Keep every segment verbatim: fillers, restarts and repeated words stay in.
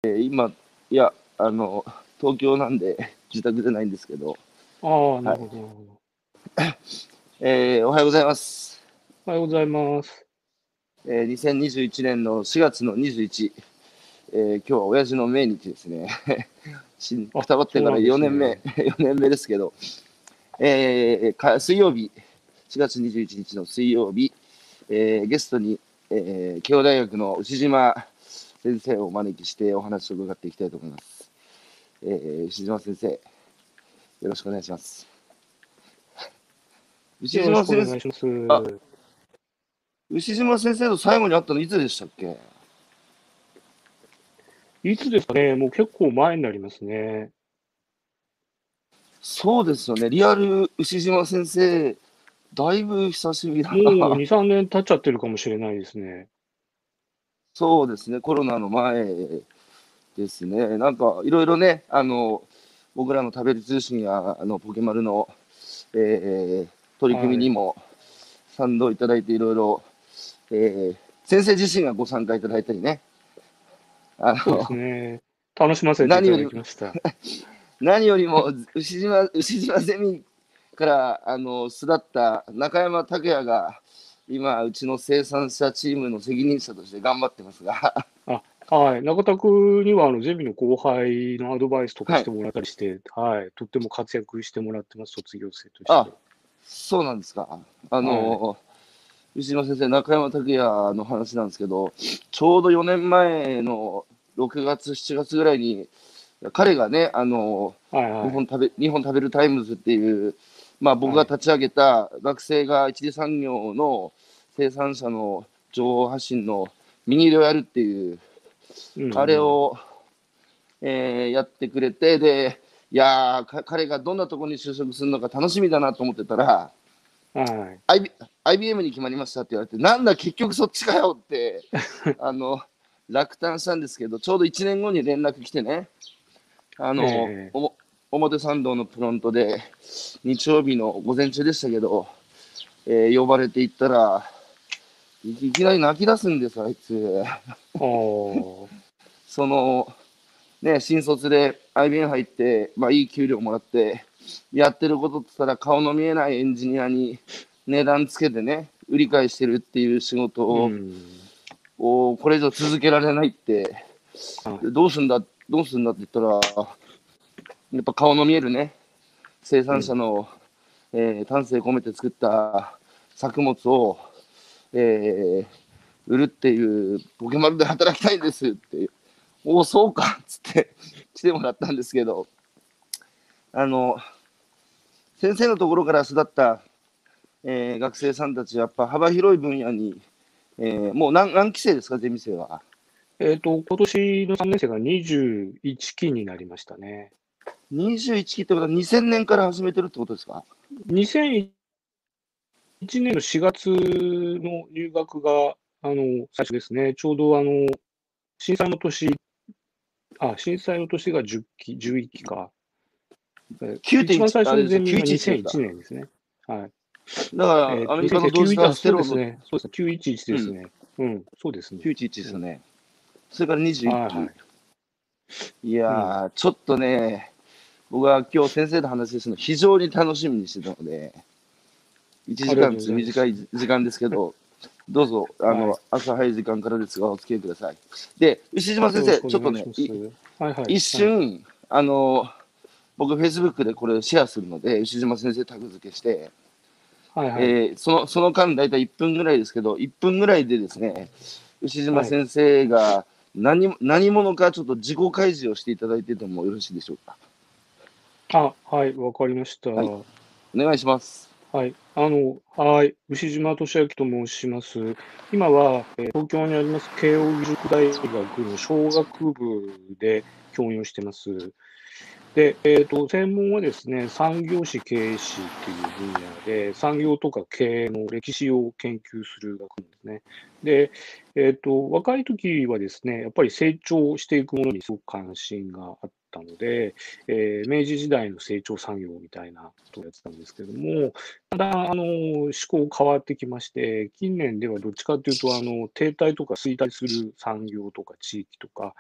えー今、いや、あの、東京なんで自宅じゃないんですけど、 ああ、なはい。 るほど、なるほど。 えーおはようございます。 おはようございます。 えーにせんにじゅういちねんのしがつのにじゅういち、えー今日は親父の命日ですね。しあ、 くたばってからそうなんで 4年目、 すね。 よねんめですけど、えーか水曜日、しがつにじゅういちにちの水曜日、えーゲストに、えー慶応大学の牛島先生をお招きしてお話を伺っていきたいと思います。えー牛島先生、よろしくお願いします。牛よろし島先生、 くお願いします。 あ、牛島先生と最後に会ったのいつでしたっけ？ いつですかね、もう結構前になりますね。 そうですよね。リアル牛島先生、だいぶ久しぶりだもうな。 に、さんねん経っちゃってるかもしれないですね。 そうですね。コロナの前ですね。なんか、いろいろね、あの、僕らの食べる通信や、あの、ポケマルの、えー取り組はい。 みにも賛同いただいて、いろいろ、えー先生自身がご参加いただいたりね。あそうですの、 ね。楽しませていただ何より、 きました。 何よりも、牛島、牛島ゼミからあの巣立った中山拓也が、今、うちの生産者チームの責任者として頑張ってますが、 あ、はい。中田君には、あの、ゼミの後輩のアドバイスとかはい。 してもらったりして、はい。とっても活躍してもらってます、卒業生としあ、 て。 そうなんですか。あはい。 の、牛島先生、中山拓也の話なんですけど、ちょうどよねんまえのろくがつ、しちがつぐらいに、彼がね、あの、 はい、はい。 日本食べ、日本食べるタイムズっていう、まあ僕がはい。 立ち上げた学生が一次産業の生産者の情報発信のミニでをやるっていう、 うん、うん。 あれを、えーやってくれて、で、いやー、彼がどんなところに就職するのか楽しみだなと思ってたら、 はい。 アイビー、アイビーエム に決まりましたって言われて、なんだ、結局そっちかよって、あの、落胆したんですけど、ちょうどいちねんごに連絡来てね、あえの、 え、 おも表参道のフロントで、日曜日の午前中でしたけど、えー呼ばれて行ったら、いいきなり泣き出すんです、あいつ。 ああ、 その、ね、新卒で アイビーエム 入って、まあいい給料もらって、やってることって言ったら顔の見えないエンジニアに値段つけてね、売り買いしてるっていう仕事うを、 ん。 これ以上続けられないって、 はい。 どうすんだ、どうすんだって言ったら、やっぱ顔の見えるね、生うん。 産者の、えー丹精込めて作った作物を、えー売るっていう、ポケマルで働きたいんですって、おお、そうかっつって来てもらったんですけど、あの、先生のところから巣立った、えー学生さんたち、やっぱ幅広い分野に、えーもう何何期生ですか、ゼミ生は。 えっと、今年のさんねん生がにじゅういちきになりましたね。 にじゅういちきってことはにせんねんから始めてるってことですか？ にせんいちねんのしがつの入学が、あの、最初ですね。ちょうど、あの、震災の年、あ、震災の年がじゅっき、じゅういっきか。え一番きゅうてんいち、 最初のゼあれですよ、 ミが2001 きゅういちいちですか。 年ですね。はい。 だかえっと、 らアメリカのにせんいちねん、 同時多きゅうじゅういち、あ、 発テロの、 そうですね。そうですね。きゅういちいちでうん、 すね。うん、そうですね。 きゅういちいちでうん。 すよね。それからにじゅういっき。 はいはい。 いうん。 やー、ちょっとね、僕は今日先生の話するの非常に楽しみにしてたので、1 ありがとう時間ございます。 つ短い時間ですけど、どうぞ、あはい。 の、朝早い時間からですが、お付き合いください。で、牛島先生、 よろしくおちょっとね、 願いします。 いはいはい。 一はい。 瞬、あの、僕、Facebook でこれシェアするので、牛島先生タグ付けして、 はいはい。 えーその、その間、だいたいいっぷんぐらいですけど、いっぷんぐらいでですね、牛島はい。 先生が何何者かちょっと自己開示をしていただいててもよろしいでしょうか。 あ、はい、わかりました。 はい、お願いします。 はい。あの、はい。牛島俊明と申します。今は、えー東京にあります慶應義塾大学の商学部で教員をしてます。で、えっと、専門はですね、産業史経営史っていう分野で、産業とか経営の歴史を研究する学問ですね。で、えっと、若い時はですね、やっぱり成長していくものにすごく関心があったので、えー明治時代の成長産業みたいなことをやってたんですけども、ただ、あの、思考変わってきまして、近年ではどっちかというと、あの、停滞とか衰退する産業とか地域とか、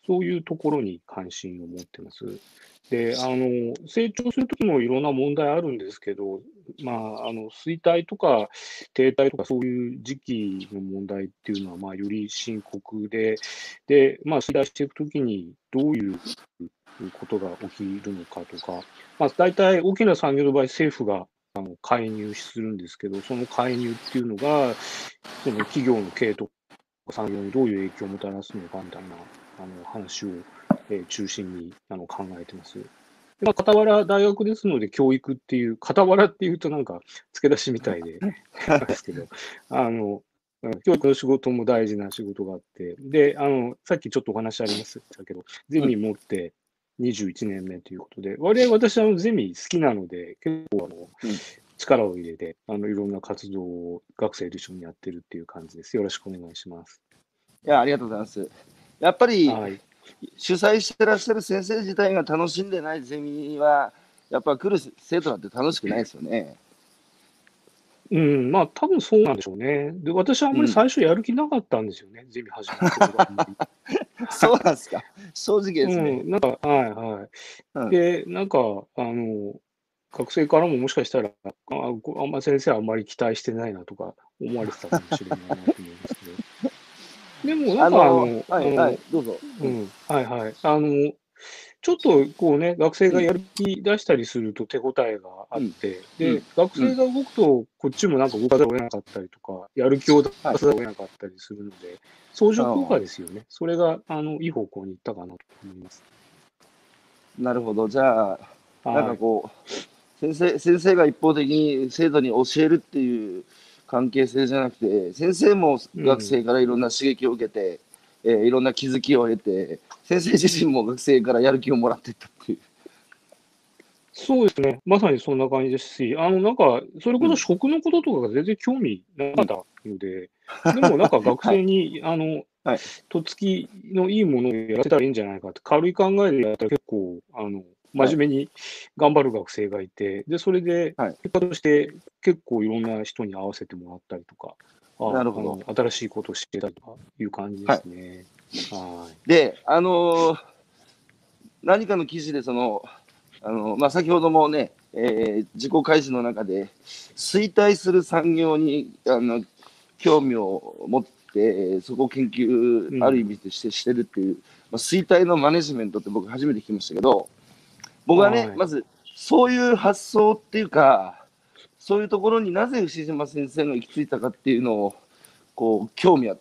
そういうところに関心を持ってます。で、あの、成長するときもいろんな問題あるんですけど、まあ、あの、衰退とか停滞とかそういう時期の問題っていうのは、まあ、より深刻で、で、まあ、衰退していくときにどういうことが起きるのかとか、まあ、大体大きな産業の場合、政府があの介入するんですけど、その介入っていうのが、その企業の経営とか産業にどういう影響をもたらすのかみたいなあの話を、えー中心にあの考えてます。でまあ、傍ら大学ですので、教育っていう、傍らっていうとなんか付け出しみたいで、なんですけど、あの、うん教育の仕事も大事な仕事があって、で、あの、さっきちょっとお話ありましたけど、ゼミ持ってにじゅういちねんめということで、割合私はゼミ好きなので、結構あの、 うん力を入れて、あの、いろんな活動を学生と一緒にやってるっていう感じです。よろしくお願いします。 いや、ありがとうございます。やっぱりはい。 主催してらっしゃる先生自体が楽しんでないゼミは、やっぱ来る生徒なんて楽しくないですよね。 うん、まあ、多分そうなんでしょうね。で、私はあんうん。 まり最初やる気なかったんですよね、ゼミ始まってからあんまり。 そうなんですか。正直ですね。 うん、なんか、はいはい。 うん。 で、なんか、あの、学生からももしかしたら、あ、こあんま先生はあんまり期待してないなとか思われてたかもしれないなと思いますけど。でもなんあの、 かあの、あの、 はいはい、どうぞ。うん。 うん、はいはい。あの、ちょっとこうね、学生うん。 がやる気出したりすると手応えがあうん。 って、 うん。 で、学うん。 生が動くと、こっちもなんか動かざるを得なかったりとか、やる気を出はい。 さざるを得なかったりするので、相乗効果あですよね。それが、あの、いい方向に行ったかなと思います。 あ、なるほど。じゃあ、なんはい。 かこう、先生、先生が一方的に生徒に教えるっていう関係性じゃなくて、先生も学うん。 生からいろんな刺激を受けて、えーいろんな気づきを得て、先生自身も学生からやる気をもらっていったっていう。 そうですね。まさにそんな感じですし、あの、なんか、それこそうん。 食のこととかが全然興味なうん。 かったので、でもなんか学はい。 生に、あの、 はい。 とっつきのいいものをやらせたらいいんじゃないかって、軽い考えでやったら結構、あの、 はい。 真面目に頑張る学生がいて、で、それではい。 結果として結構いろんな人に合わせてもらったりとか、あ、 なるほど。 あの、新しいことを知ってたりとかいう感じではい。 すね。はで、あのー何かの記事でその、あのまあ、先ほどもね、えー自己開示の中で衰退する産業にあの興味を持ってそこを研究い。うある意ん。 味としてしてるっていう、まあ、衰退のマネジメントって僕初めて聞きましたけど、僕はねはい。 まずそういう発想っていうかそういうところになぜ牛島先生が行き着いたかっていうのをこう興味あって、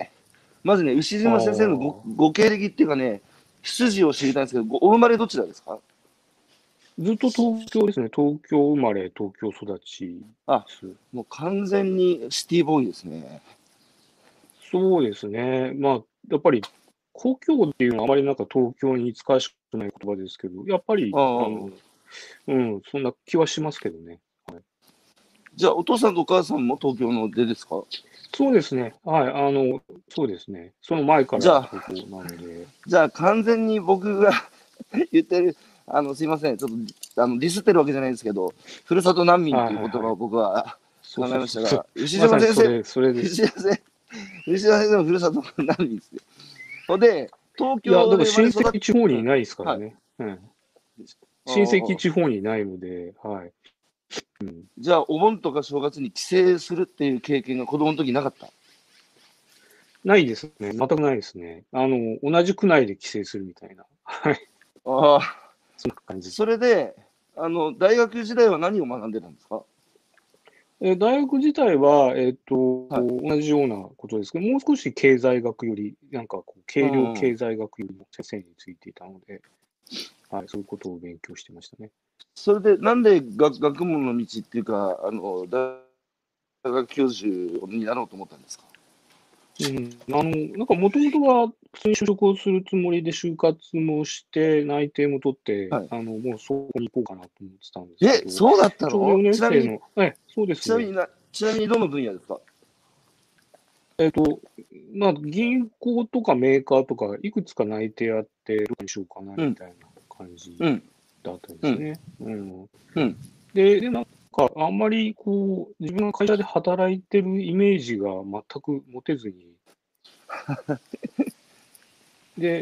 まずね牛あ島先生のごあ。 ご経歴っていうかね出自を知りたいんですけど、ごお生まれどちらですか？ ずっと東京ですね。東京生まれ、東京育ちあ、 です。 もう完全にシティボーイですね。 そうですね。まあ、やっぱり、故郷っていうのはあまりなんか東京に近しくない言葉ですけど、やっぱり、 ああの、 あ。 うん、そんな気はしますけどね。はい。 じゃあ、お父さんとお母さんも東京の出ですか？ そうですね。はい。あの、そうですね。その前からじゃあ、 東京なので、 じゃあ完全に僕が言ってる、あの、すいません。ちょっと、あの、ディスってるわけじゃないんですけど、ふるさと難民っていうはいはいはい。 言葉を僕は考そうそうそうそう。 えましたが、牛まさ島先生、 にそれ、それです。 牛島先生、牛島先生のふるさと難民ですよ。ほんで、東いや、だ京で生まれから親育っ、 戚地方うん、 にいないですからはい。 ね。うん。 あ親戚あ、 地方にいないので、はい。うん。 じゃあ、お盆とか正月に帰省するっていう経験が子供の時なかった？ ないですね。全くないですね。あの、同じ区内で帰省するみたいな。はい。 ああ、 そんな感じ。 それで、あの、大学時代は何を学んでたんですか？ えー大学自体は、えっと、 はい。 同じようなことですけど、もう少し経済学より、なんかこう、 う軽量ん。 経済学よりも先生についていたので、はい、そういうことを勉強してましたね。 それで、なんで学学問の道っていうか、あの、大学教授になろうと思ったんですか？ うん、あの、なんかもともとは普通に就職をするつもりで就活もして内定も取って、 はい。 あの、もうそこに行こうかなと思ってたんですけえ、 ど、 そうだったちょうどの？ 4 ちなみに、 年生の、え、そうですね。 ちなみにな、ちなみにどの分野ですか？ えっと、まあ、銀行とかメーカーとかいくつか内定あって、どこにしようかなうん、 みたいな感じうん、 だったんでうん、 すね。うん。 うん。 で、で、なんか、あんまりこう、自分が会社で働いてるイメージが全く持てずに、で、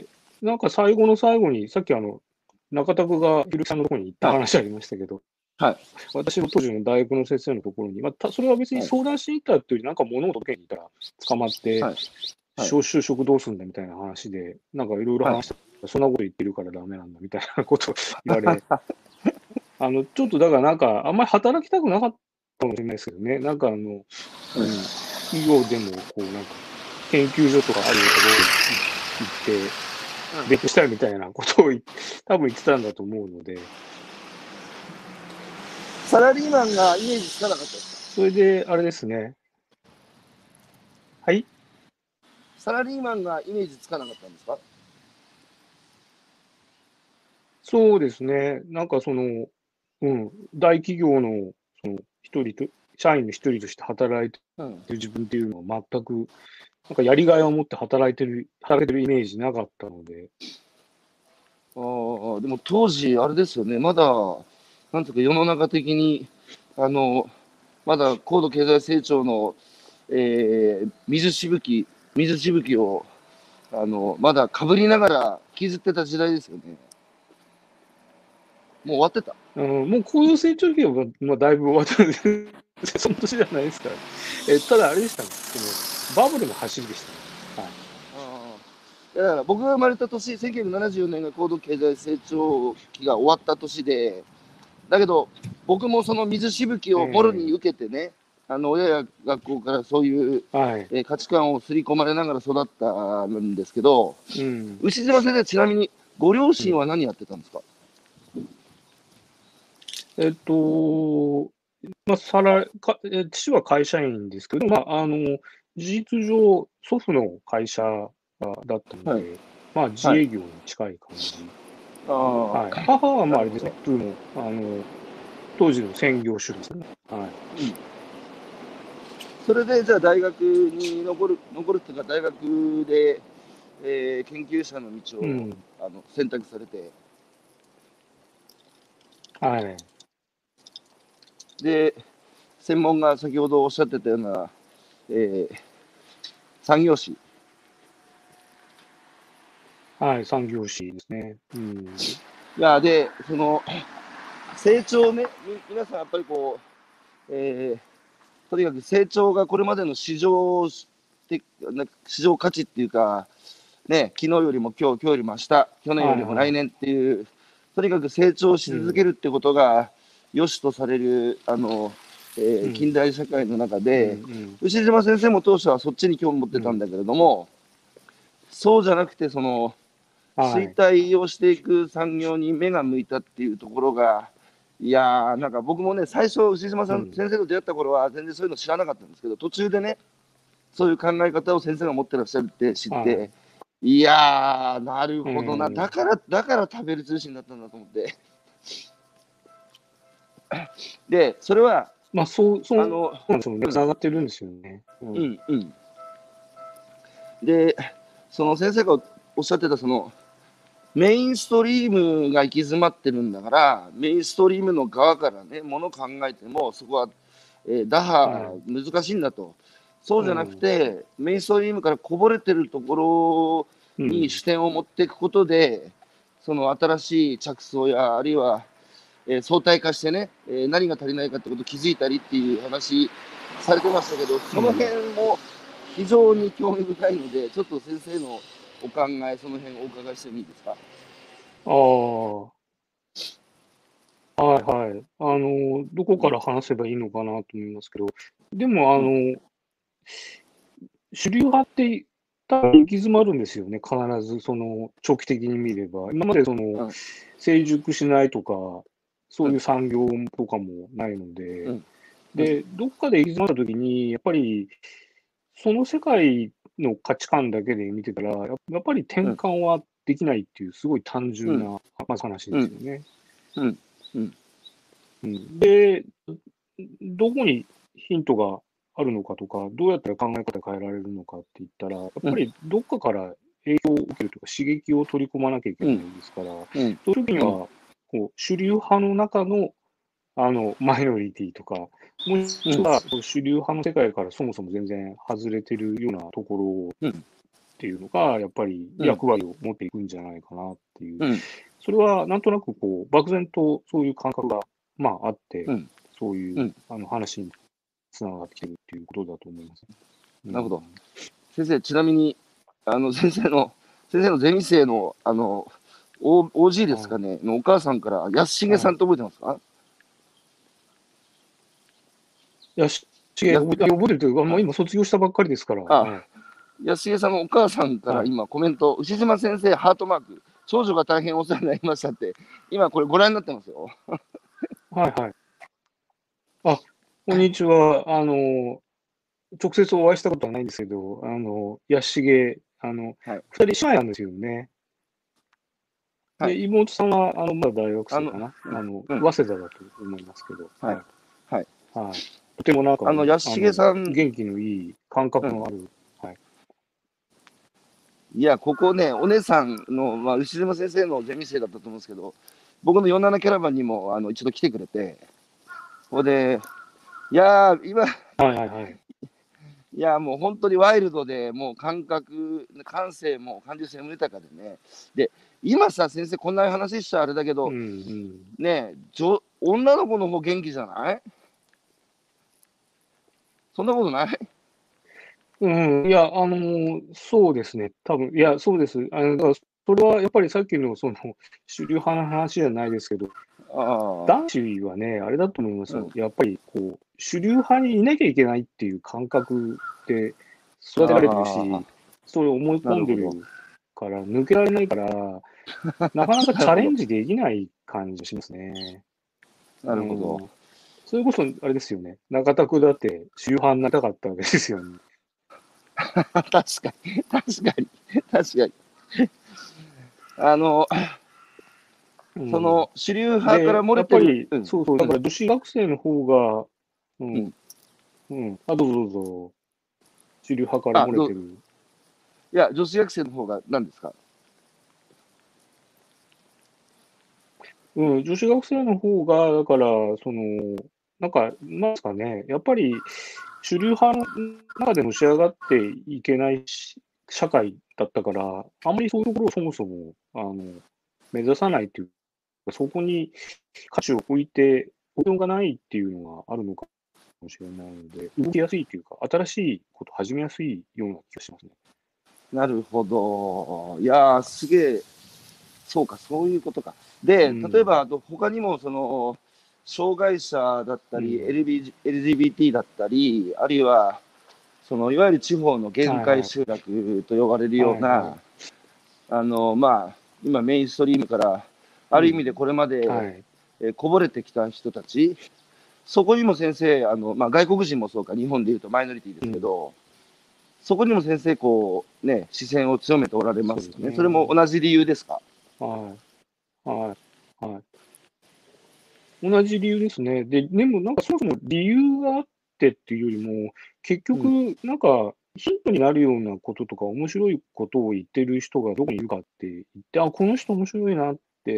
なんか最後の最後に、さっきあの、中田君がひるきさんのところに行ったはい話ありましたけど、 はい。 私の当時の大学の先生のところに、まあ、たそれは別にはい相談しに行ったっていうより、なんか物を届けに行ったら捕まって、 はい。はい就就職どうすんだみたいな話で、なんかいろいろ話したら、そんなこと言ってるからダメなんだみたいなことを言われ、あの、ちょっとだからなんか、あんまり働きたくなかったかもしれないですけどね、なんかあの、うん、企業でも、こう、なんか、研究所とかあるところに行って、勉強したいみたいなことを言多分言ってたんだと思うので、 サラリーマンがイメージつかなかったですそれで、あれですね、はい、 か？サラリーマンがイメージつかなかったんですか？ そうですね、なんかその、うん、大企業のその一人と、社員の一人として働いてうん。 る自分っていうのは全く、なんかやりがいを持って働いてる、働いてるイメージなかったので、 ああ、でも当時、あれですよね、まだ、なんていうか、世の中的に、あの、まだ高度経済成長の、えー水しぶき、水しぶきを、あの、まだかぶりながら引きずってた時代ですよね。もう終わってた。 うん、もう高度成長期は、まあ、だいぶ終わったんで、その年じゃないですからね。えただ、あれでしたね、そのバブルの走りでしたね。はい。 ああ。だから僕が生まれた年、せんきゅうひゃくななじゅうよねんが高度経済成長期が終わった年で、だけど、僕もその水しぶきをもろに受けてね、あの親や学校からそういう、 はい。 えー価値観を刷り込まれながら育ったんですけど、 うん。 牛島先生、ちなみにご両親は何やってたんですか？ えっと、まあ、さらかえ父は会社員ですけど、まあ、あの、事実上、祖父の会社がだったのはい。 で、まあ、自はい。 営業に近い感じ。 あはい。 あ、 母は、まあ、あれですね、 なるほど。 普通の、あの、当時の専業主婦ですね。はい。 うん。それで、じゃあ大学に残る、残るっていうか、大学で、えー研究者の道をうん。 あの選択されて、 はい。 で、専門が先ほどおっしゃってたような、えー産業史。 はい、産業史ですね。うん。 いや、で、その、成長ね、み皆さんやっぱりこう、えーとにかく成長がこれまでの市場的な市場価値っていうか、ね、昨日よりも今日、今日よりも明日、去年よはいはりも来年っていう、とにかく成長しい。う続けん。 るってことが良しとされる、あの、えー近うん。 代社会の中うんうで、 ん。 牛島先生も当初はそっちに興味持ってうん。 たんだけれども、そうじゃなくて、その、衰はい。 退をしていく産業に目が向いたっていうところが、いやー、なんか僕もね、最初、牛島さん、 うん。 先生と出会った頃は全然そういうの知らなかったんですけど、途中でね、そういう考え方を先生が持ってらっしゃるって知っはて、いやー、なるい。うほどな、だん。 から、だから食べる通信だったんだと思って。で、それは、 まあ、そう、そうあの、 なんですよね。 うん、 繋がってるんですよね。うん。 うん、うん。で、その先生がおっしゃってた、その、メインストリームが行き詰まってるんだから、メインストリームの側からね、ものを考えても、そこは、えー打破はい。 難しいんだと。そうじゃなくうん。 て、メインストリームからこぼれてるところにうん。 視点を持っていくことで、その新しい着想や、あるいは、えー相対化してね、えー何が足りないかってことを気づいたりっていう話されてましたけど、その辺うん。 も非常に興味深いので、ちょっと先生のお考え、その辺お伺いしてもいいですか？ ああ。はいはい。あの、どこから話せばいいのかなと思いますけど、でも、あうん、 の、主流派って多分行き詰まるんですよね、必ず、その、長期的に見れば。今までその、 うん、 成熟しないとか、そうん、 ういう産業とかもないので、 うん、うん、 で、どっかで行き詰まった時に、やっぱり、その世界の価値観だけで見てたら、ややっぱり転うん、 換はできないっていう、すごい単うん、 純な、まず話うん、 ですよね。 うん、うん、 うん。で、どこにヒントがあるのかとか、どうやったら考え方変えられるのかって言ったら、やっぱりどっかから影響を受けるとか、刺激を取り込まなきゃいけうん、 ないですから、 うん、 そういう時にうん、 は、こう主流派の中のあのマイノリティとか、もしくはこう主流派の世界からそもそも全然外れてるようなところをうん、 っていうのが、やっぱりうん役割を持っていくんじゃないかなっていう。 うんそれはなんとなくこう、漠然とそういう感覚が、まああって、 うんそういう、 うんあの話につながってきてるっていうことだと思います。 なるほど。先生、ちなみに、あの、先生の、先生のゼミ生の、あの、お オージー ですかね、のお母さんから、安重さんって覚えてますか？ いや、し、しげ、 や覚えて覚えてるというか、もはいう今卒業したばっかりですから。 あ、 はい。 安重さんのお母さんからはい。 今コメント、牛島先生、ハートマーク、長女が大変お世話になりましたって、今これご覧になってますよ。 はいはい。あ、こんにちは。あの、直接お会いしたことはないんですけど、あの、安重、あの、 はい。 二人姉妹なんですよね。で、 はい。 妹さんは、あの、まだ大学あの、 生かな。あの、 うん。 早稲田だと思いますけど、 はい。 はい。 はい。 はい。とてもなんか、 あの、安あの、 重さん、 元気のいい、感うん。 覚のある、はい。 いや、ここね、お姉さんの、まあ、牛島先生のゼミ生だったと思うんですけど、僕のよんじゅうななキャラバンにも、あの、一度来てくれて、ほんで、いやー、今、 はいはいはい。 いやー、もう本当にワイルドで、もう感覚、感性も感受性も豊かでね。で、今さ、先生、こんな話しちゃあれだけど、 うんうん。 ねえ、女女の子の方元気じゃない？そんなことない？ うん、いや、あの、そうですね。多分、いや、そうです。あの、だから、それはやっぱりさっきのその、主流派の話じゃないですけど、 ああ、 男子はね、あれだと思いますよ。 うん。 やっぱりこう、主流派にいなきゃいけないっていう感覚で育てられてるああ、 し、そう思い込んでるなるほど。 から抜けられないから、なかなかチャレなるほど。 ンジできない感じがしますね。 なうるほど。 ん。それこそあれですよね。中田区だって主流派になりたかったわけですよね。 確かに、確かに、確かに。あの、 うん。 その主流派からで、 漏れてる、 やっぱり、 うん、 そうそう、だうん、 から女子学生の方が、うん、 うん。 うん。あ、どうぞどうぞ。主流派からあ、どう、 漏れてる。 いや、女子学生の方が何ですか？ うん、女子学生の方が、だから、その、なんか、なんですかね、やっぱり主流派の中でのし上がっていけないし社会だったから、あんまりそういうところをそもそも、あの、目指さないっていうか、そこに価値を置いて、応用がないっていうのがあるのかもしれないので、動きやすいっていうか、新しいことを始めやすいような気がしますね。 なるほど。いやー、すげえ、そうか、そういうことか。で、例えうん、 ば、あと他にも、その、障害者だったり、 うん。 エルビー エルジービーティー だったり、あるいは、その、いわゆる地方の限はいはい。 界集落と呼ばれるような、 はいはい。 あの、まあ、今メインストリームから、ある意うん。 味でこれまで、 はい。 えーこぼれてきた人たち、そこにも先生、あの、まあ、外国人もそうか、日本でいうとマイノリティでうん。 すけど、そこにも先生、こう、ね、視線を強めておられまそうですすよね。それもね。 同じ理由ですか？ はい。はい。はい。同じ理由ですね。で、でもなんかそもそも理由があってっていうよりも、結うん。 局、なんかヒントになるようなこととか、面白いことを言ってる人がどこにいるかって言って、あ、この人面白いなって、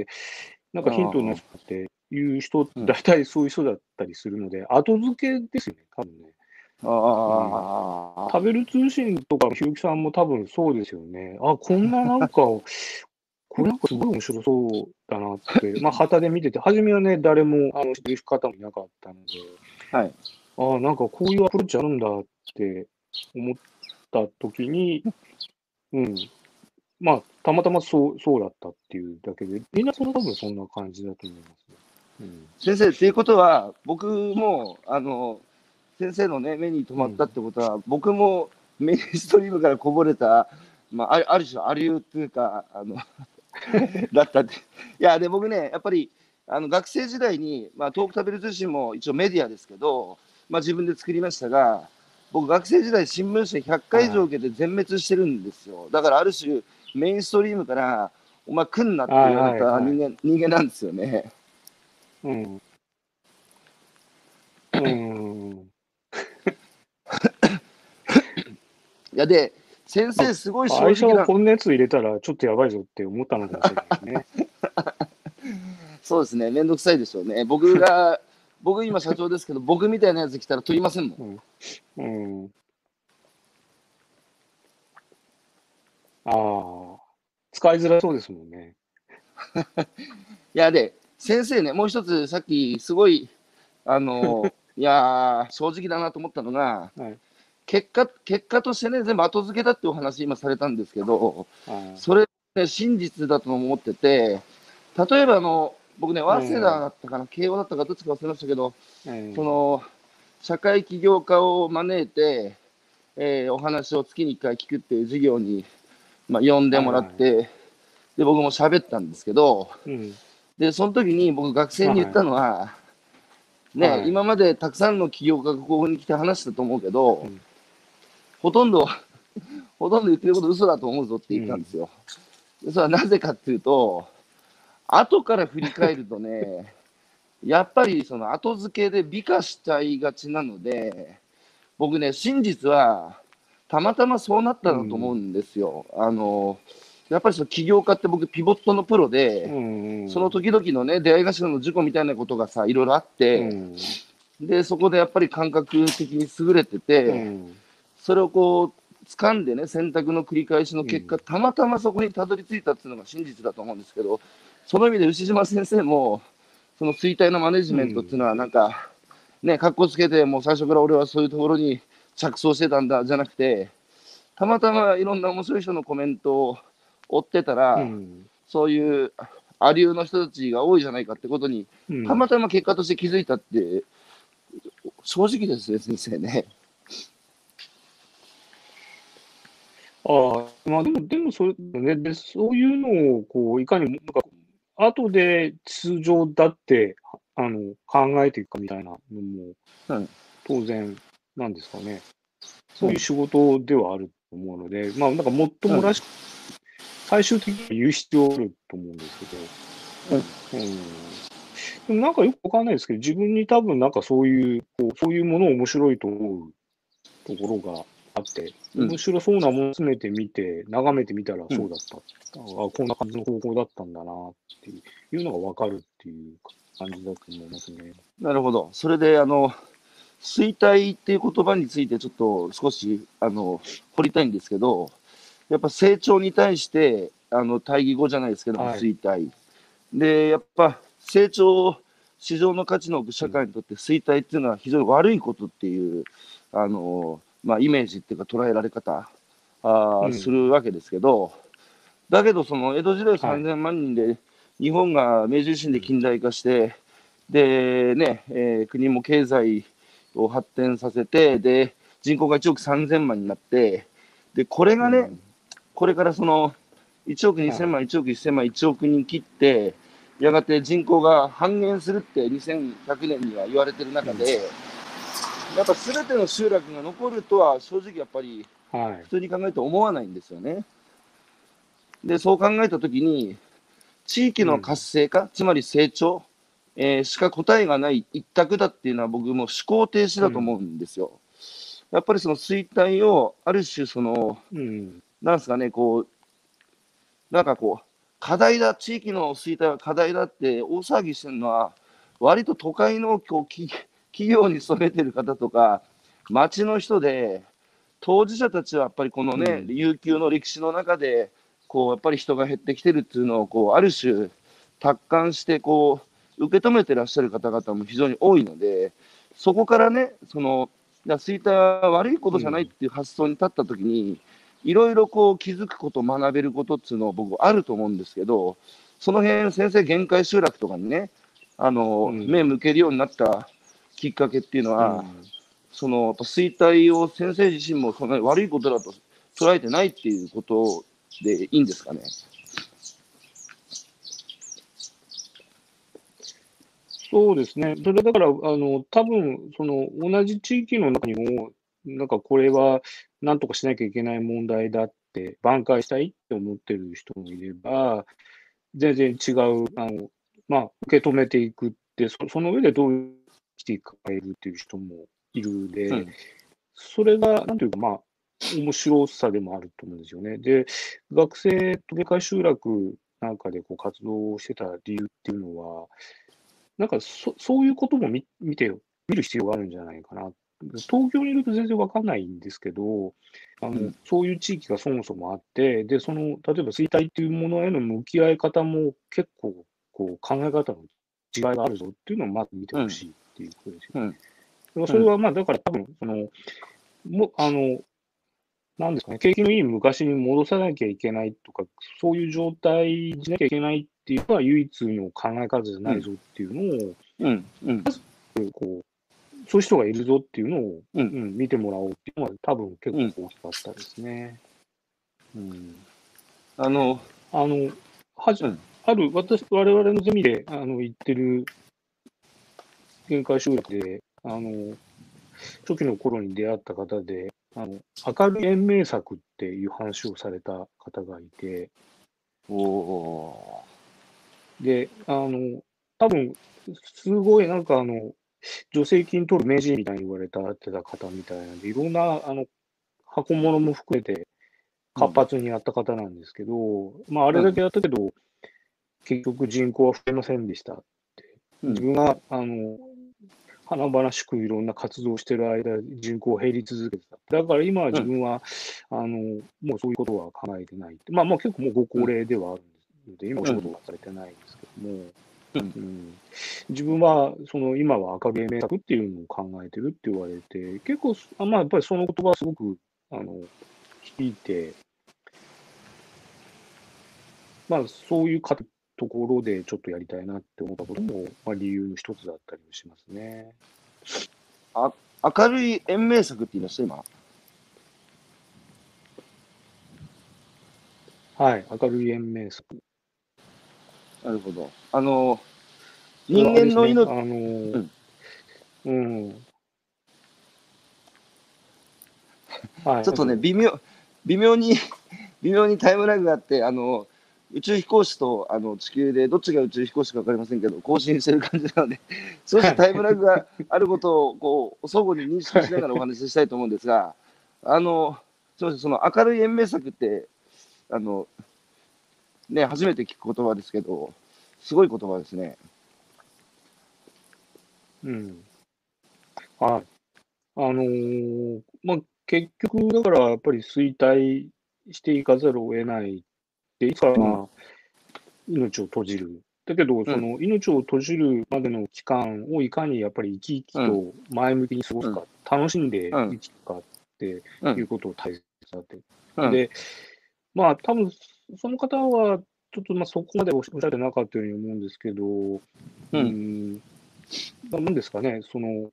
なんかヒントになああ、 るっていう人、 うん。 大体そういう人だったりするので、後付けですよね、多分ね。うん。 ああ、 食べる通信とか、ひろきさんも多分そうですよね。あ、こんななんか、これなんかすごい面白そうだなって、まあ、旗で見てて、初めはね、誰も、あの、知ってる方もいなかったので、 はい。 ああ、なんかこういうアプローチあるんだって思った時に、うん、まあ、たまたまそう、そうだったっていうだけで、みんなその多分そんな感じだと思いますね。うん。 先生、っていうことは、僕も、あの、先生のね、目に留まったっうん。 てことは、僕もメインストリームからこぼれた、まあ、あるある種、アリューっていうか、あの、だったって。いや、で、僕ね、やっぱり、あの、学生時代に、まあ、トーク食べる通信も一応メディアですけど、まあ、自分で作りましたが、僕、学生時代、新聞社ひゃっかい以上はい。 受けて全滅してるんですよ。だから、ある種、メインストリームから、お前来んなってはい言われはいはい。 た人間、人間なんですよね。 うん。うん。 いや、で、先ま生、すごいあ、会社正直な、 はこんなやつ入れたらちょっとやばいぞって思ったのかもしれないですね。 そうですね、めんどくさいでしょうね。僕が、僕今社長ですけど、僕みたいなやつ来たら取りませんもん。 うん。うん。 使いづらそうですもんね。 いや、で、先生ね、もう一つ、さっき、すごい、あの、いやー、正直だなと思ったのが、 はい。 結果、結果としてね、全部後付けだってお話、今されたんですけど、 はい。 それ、ね、真実だと思ってて、例えばあの、僕ね、早稲田えだったかな、慶応だったか、どっちか忘れましたけど、 えええその、社会起業家を招いて、えーお話を月にいっかい聞くっていう授業に、まあ、呼んでもらはいはい。 って、で、僕も喋ったんですけど、 うん。 で、その時に僕学生はい。 に言ったのは、ね、 はい。 今までたくさんの起業家がここに来て話したと思うけど、 うん。 ほとんど、ほとんど言ってること嘘だと思うぞってうん。 言ったんですよ。でそれはなぜかっていうと、後から振り返るとね、やっぱりその後付けで美化しちゃいがちなので、僕ね、真実はたまたまそうなっうたんだと思うん。 んですよ。あの、やっぱりその起業家って僕ピボットのプロうで、そのん。 時々のね、出会い頭の事故みたいなことがさ、いろいろあっうて、 ん。 で、そこでやっぱり感覚的に優れてうて、 ん。 それをこう、掴んでね、選択の繰り返しの結果、 うん。 たまたまそこにたどり着いたっていうのが真実だと思うんですけど、その意味で牛島先生も、その衰退のマネジメントっていうのは、なんか、ね、かっこつけて、もう最初から俺はそういうところに着想してたんだじゃなくて、たまたまいろんな面白い人のコメントを追ってたら、 うん。 そういうアリューの人たちが多いじゃないかってことに、 うん。 たまたま結果として気づいたって、正直ですね、先生ね。 ああ、まあでも、でもそれ、ね、で、そういうのを、こう、いかにも、なんか、後で通常だって、あの、考えていくかみたいなのも、 うん、 当然、なんですかね。 うん、 そういう仕事ではあると思うので、まあ、なんか、もっとうん、 もらし、最終的には言う必要あると思うんですけど、 うん。 うん。でもなんかよくわかんないですけど、自分に多分なんかそういう、こう、そういうものを面白いと思うところがあって、 うん、 面白そうなものを詰めてみて、眺めてみたらうん。 そうだった。あ、こんな感じの方法だったんだなっていうのがわかるっていう感じだと思いますね。 なるほど。それで、あの、衰退っていう言葉についてちょっと少し、あの、掘りたいんですけど、やっぱ成長に対して、あの、対義語じゃないですけども、 はい。 衰退。で、やっぱ成長、市場の価値の置くうん。 社会にとって衰退っていうのは非常に悪いことっていう、あの、まあ、イメージっていうか捉えられ方、あーすうん。 るわけですけど、だけどその江戸時代はい。 さんぜんまん人で日本が明治維新うん。 で近代化して、でね、えー国も経済を発展させて、で、人口がいちおくさんぜんまんになって、で、これがね、 うん。 これからそのいちおくにせんはい。 万、いちおくせん万、いちおく人切って、やがて人口が半減するってにせんひゃくねんには言われてるうん。 中で、やっぱ全ての集落が残るとは正直やっぱりはい。 普通に考えて思わないんですよね。で、そう考えたときに、地域のうん。 活性化、つまり成長、えーしか答えがない一択だっていうのは僕も思考停止だと思ううん。 んですよ。やっぱりその衰退をある種その、 うん。 なんですかね、こう、なんかこう、課題だ、地域の衰退は課題だって大騒ぎしてるのは、割と都会のこう企企業に勤めてる方とか、町の人で、当事者たちはやっぱりこのね、 うん。 悠久の歴史の中で、こう、やっぱり人が減ってきてるっていうのを、こう、ある種、達観して、こう、受け止めてらっしゃる方々も非常に多いので、そこからね、その、いや衰退は悪いことじゃないっうん。 ていう発想に立ったときに、いろいろこう気づくこと、学べることっていうのを僕あると思うんですけど、その辺先生、限界集落とかにね、あの、目うん。 向けるようになったきっかけっていうのは、 うん。 その、やっぱ衰退を先生自身もそんなに悪いことだと捉えてないっていうことでいいんですかね。 そうですね。それだから、あの、多分、その、同じ地域の中にも、なんかこれは、なんとかしなきゃいけない問題だって、挽回したいって思ってる人もいれば、全然違う、あの、まあ、受け止めていくって、そその上でどうしていくかえるっていう人もいるで、 うん。 それが、なんていうか、まあ、面白さでもあると思うんですよね。で、学生と限界集落なんかでこう活動してた理由っていうのは、なんかそそういうことも見見て見る必要があるんじゃないかなっ東京にいると全然わかんないんですけど、あの、 うんそういう地域がそもそもあって、で、その、例えば衰退っていうものへの向き合い方も結構、こう、考え方の違いがあるぞっていうのをまず見てうんほしいっていうことですよ。 うんだからうんそれはまあ、だから多分、その、も、あの、なんですかね、景気のいい昔に戻さなきゃいけないとか、そういう状態にしなきゃいけないっていうのは唯一の考え方じゃないぞっていうのを、 うんうんこう、そういう人がいるぞっていうのを、 うんうん、見てもらおうっていうのは多分結うん構大きかったですね。うん。 あの、 あの、はじ、 うんある、私、我々のゼミで、あの、行ってる限界集落で、あの、初期の頃に出会った方で、あの、明るい延命策っていう話をされた方がいて、 おおで、あの、多分、すごいなんかあの、助成金取る名人みたいに言われたってた方みたいなんで、いろんな、あの、箱物も含めてー、うん活発にやった方なんですけど、まあ、あれうんだけやったけど、結局人口は増えませんでしたって。 うん自分が、あの、華々しくいろんな活動をしてる間、人口減り続けてた。だから今はうん自分は、あの、もうそういうことは考えてないって。まあ、まあ結構もうご高齢ではあるので、今お仕事はされてないんですけども、 うんうん、自分は、その今は赤毛名作っていうのを考えてるって言われて、結構、あまあ、やっぱりその言葉はすごく、あの、聞いて、まあ、そういうかところでちょっとやりたいなって思ったことも、まあ、理由の一つだったりもしますね。 あ、明るい延命策って言いました、今。 はい、明るい延命策。 なるほど。あの、 それ人はあれですね、あ間の命、 の、 うんうん、はい、 ちょっとね、 どうぞ。 微妙、微妙に微妙にタイムラグがあって、あの、宇宙飛行士とあの地球でどっちが宇宙飛行士か分かりませんけど、更新してる感じなので、少しタイムラグがあることをこう相互に認識しながらお話ししたいと思うんですが、あの、すみません、その明るい延命策って、あの、ね、初めて聞く言葉ですけど、すごい言葉ですね。 うん。はい。あのーまあ、結局、だからやっぱり衰退していかざるを得ないって、いつかうん、 まあ、命を閉じる。だけど、 うん、 その命を閉じるまでの期間をいかにやっぱり生き生きうん、 と前向きに過ごうん、 すか、楽しんでうん、 生きるかってうん、 いうことを大切だって。 うん、 で、まあ、多分その方は、ちょっとまあそこまでおっしゃってなかったように思うんですけど、ううん、 ん、なんですかね、その、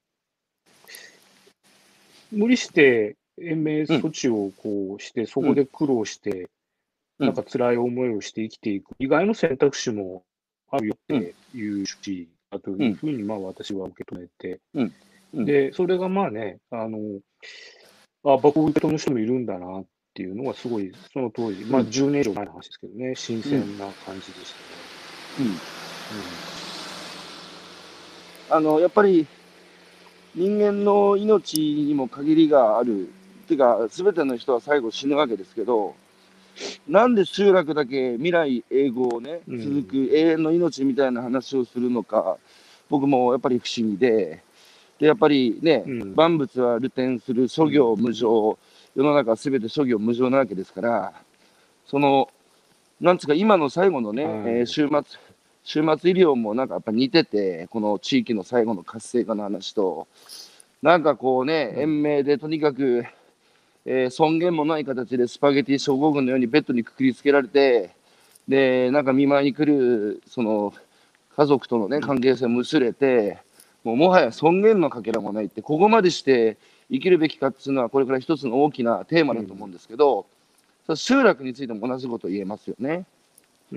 無理して延命うん、 措置をこうして、そうん、 こで苦労して、 うん、 なんか辛い思いをして生きていく以外の選択肢もあるよっうん、 ていう趣旨だとうん、 いうふうに、まあ私は受け止めて、 うん、うん、 で、それがまあね、あの、あ、僕を受け止める人もいるんだなっていうのがすごい、その当時、まあうん、 じゅうねん以上前の話ですけどね、新うん、 鮮な感じでしたうんね。 あの、やっぱり人間の命にも限りがある。てか、すべての人は最後死ぬわけですけど、なんで集落だけ未来永劫ね、 うん。う続くん。 永遠の命みたいな話をするのか、僕もやっぱり不思議で、で、やっぱりね、 うん。 万物は流転する諸行うん。 無常、世の中はすべて諸行無常なわけですから、その、なんつうか今の最後のね、えーはい。 週末、週末医療もなんかやっぱ似てて、この地域の最後の活性化の話と、なんかこうね、 うん。 延命でとにかく、えー尊厳もない形でスパゲティ症候群のようにベッドにくくりつけられて、で、なんか見舞いに来る、その、家族とのね、 うん。 関係性を結れて、もうもはや尊厳のかけらもないって、ここまでして生きるべきかっていうのは、これから一つの大きなテーマうん。 だと思うんですけど、集落についても同じこと言えますよね。 うん。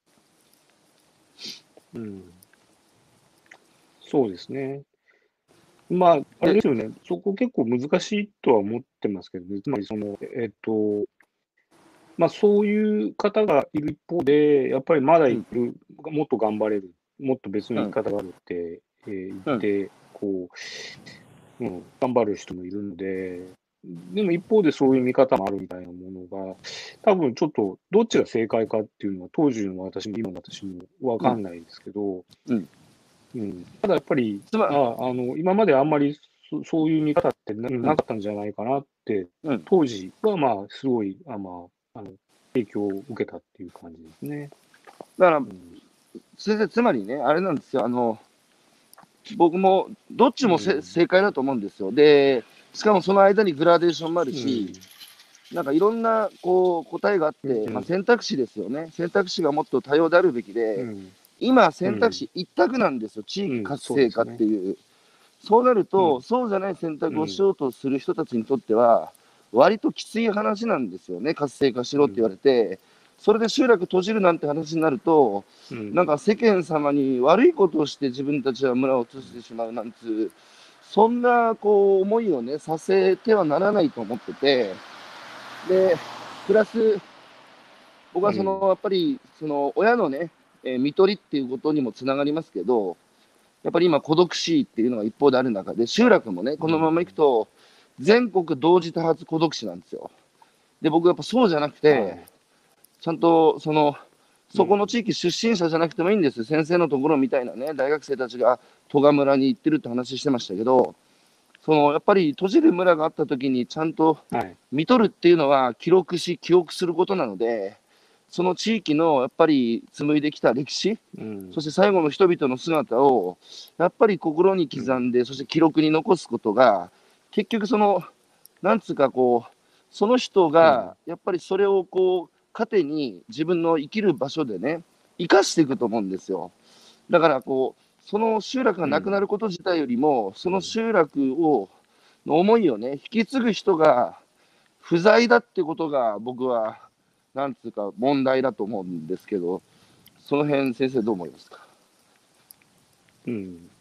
うん。そうですね。まあ、あれで、 ですよね。そこ結構難しいとは思ってますけどね。つまりその、えっと、まあそういう方がいる一方で、やっぱりまだうん、 いる、もっと頑張れる、もっと別のうん、 生き方があるって、えー言っうん、 て、こう、うん、頑張る人もいるので、でも一方でそういう見方もあるみたいなものが、多分ちょっとどっちが正解かっていうのは当時の私も今の私もわうん、 かんないですけど、 うん。 うん、ただやっぱり、 つま、 あ、あの、今まであんまりそそういう見方ってななかったんじゃないかなって、 うん当時はまあ、すごい、あまあ、あの影響を受けたっていう感じですね。 だからうん先生、つまりね、あれなんですよ、あの僕もどっちもせ、 うん正解だと思うんですよ。で、しかもその間にグラデーションもあるうし、 んなんかいろんなこう答えがあって、まあ、 うん選択肢ですよね。選択肢がもっと多様であるべきで、 うん今、 うん選択肢一択なんですよ、地域うん活性化っそうですね。 ていう。そうなると、 うんそうじゃない選択をしうんようとする人たちにとっては、割ときつい話なんですよね、活性化しろって言わうんれて、それで集落閉じるなんて話になると、なんうんか世間様に悪いことをして自分たちは村を移してしまうなんつう、そんなこう思いをね、させてはならないと思ってて、で、プラス、僕はその、 うんやっぱり、その、親のね、えー、看取りっていうことにもつながりますけど、やっぱり今、孤独死っていうのが一方である中で、集落もね、このままいくと、全国同時多発孤独死なんですよ。で、僕やっぱそうじゃなくて、 はいちゃんと、その、そこのうん地域出身者じゃなくてもいいんです。先生のところみたいなね、大学生たちが戸賀村に行ってるって話してましたけど、その、やっぱり閉じる村があった時にちゃんとはい見とるっていうのは記録し、記憶することなので、その地域のやっぱり紡いできた歴史、 うんそして最後の人々の姿を、やっぱり心に刻んで、そして記録に残すことが、結局その、なんつうかこう、その人うんが、やっぱりそれをこう、糧に自分の生きる場所でね、生かしていくと思うんですよ。だからこう、その集落がなくなること自体よりも、その集落を、の思いをね、引き継ぐ人が不在だってことが僕は、なんつうか問題だと思うんですけど、その辺先生どう思いますか？ うん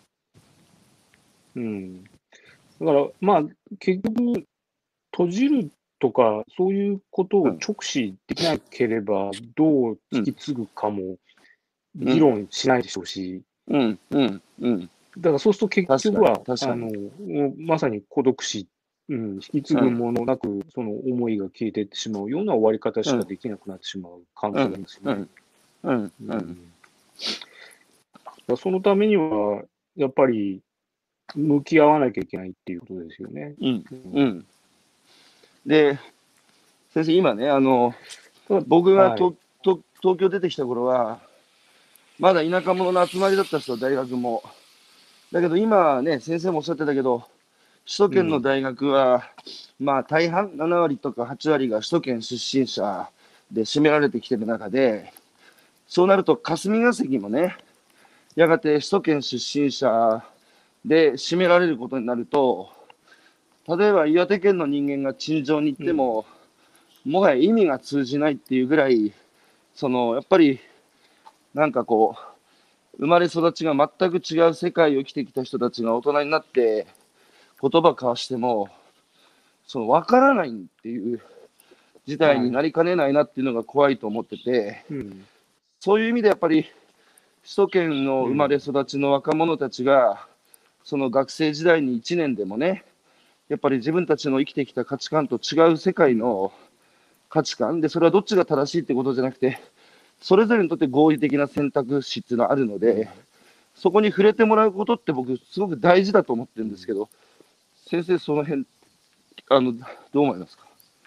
うんだから、まあ、結局、閉じるとか、そういうことをうん、 直視できなければ、どううん、 引き継ぐかも議うん、 論しないでしょうし、 うん、うん、うん。 だからそうすると結確かに、 局は、 確かに。 あの、もうまさに孤独死、うん、引き継うん、 ぐものなく、その思いが消えていってしまうような終わり方しかうん、 できなくなってしまう可能うん、 性がありますよね。 うん、うん、 ううん、 ん、だからそのためには、やっぱり向き合わなきゃいけないっていうことですよね。 うん、 うん、 うん。で、先生、今ね、あの、 ただ僕がはい。 とと東京出てきた頃は、まだ田舎者の集まりだったんですよ、大学も。だけど今はね、先生もおっしゃってたけど、首都圏のうん、 大学は、まあ大半、なな割とかはち割が首都圏出身者で占められてきてる中で、そうなると霞が関もね、やがて首都圏出身者で占められることになると、例えば岩手県の人間が陳情に行っうん、 ても、もはや意味が通じないっていうぐらい、そのやっぱりなんかこう、生まれ育ちが全く違う世界を生きてきた人たちが大人になって言葉交わしても、その分からないっていう事態にはい。 なりかねないなっていうのが怖いと思ってて、 うん、 そういう意味でやっぱり首都圏の生まれうん、 育ちの若者たちが、その学生時代にいちねんでもね、やっぱり自分たちの生きてきた価値観と違う世うん、 界の価値観で、それはどっちが正しいってことじゃなくて、それぞれにとって合理的な選択肢っていうのはあるので、 うん、 そこに触れてもらうことって僕、すごく大事だと思ってるうん。 んですけど、先生、その辺、あの、どう思いますか？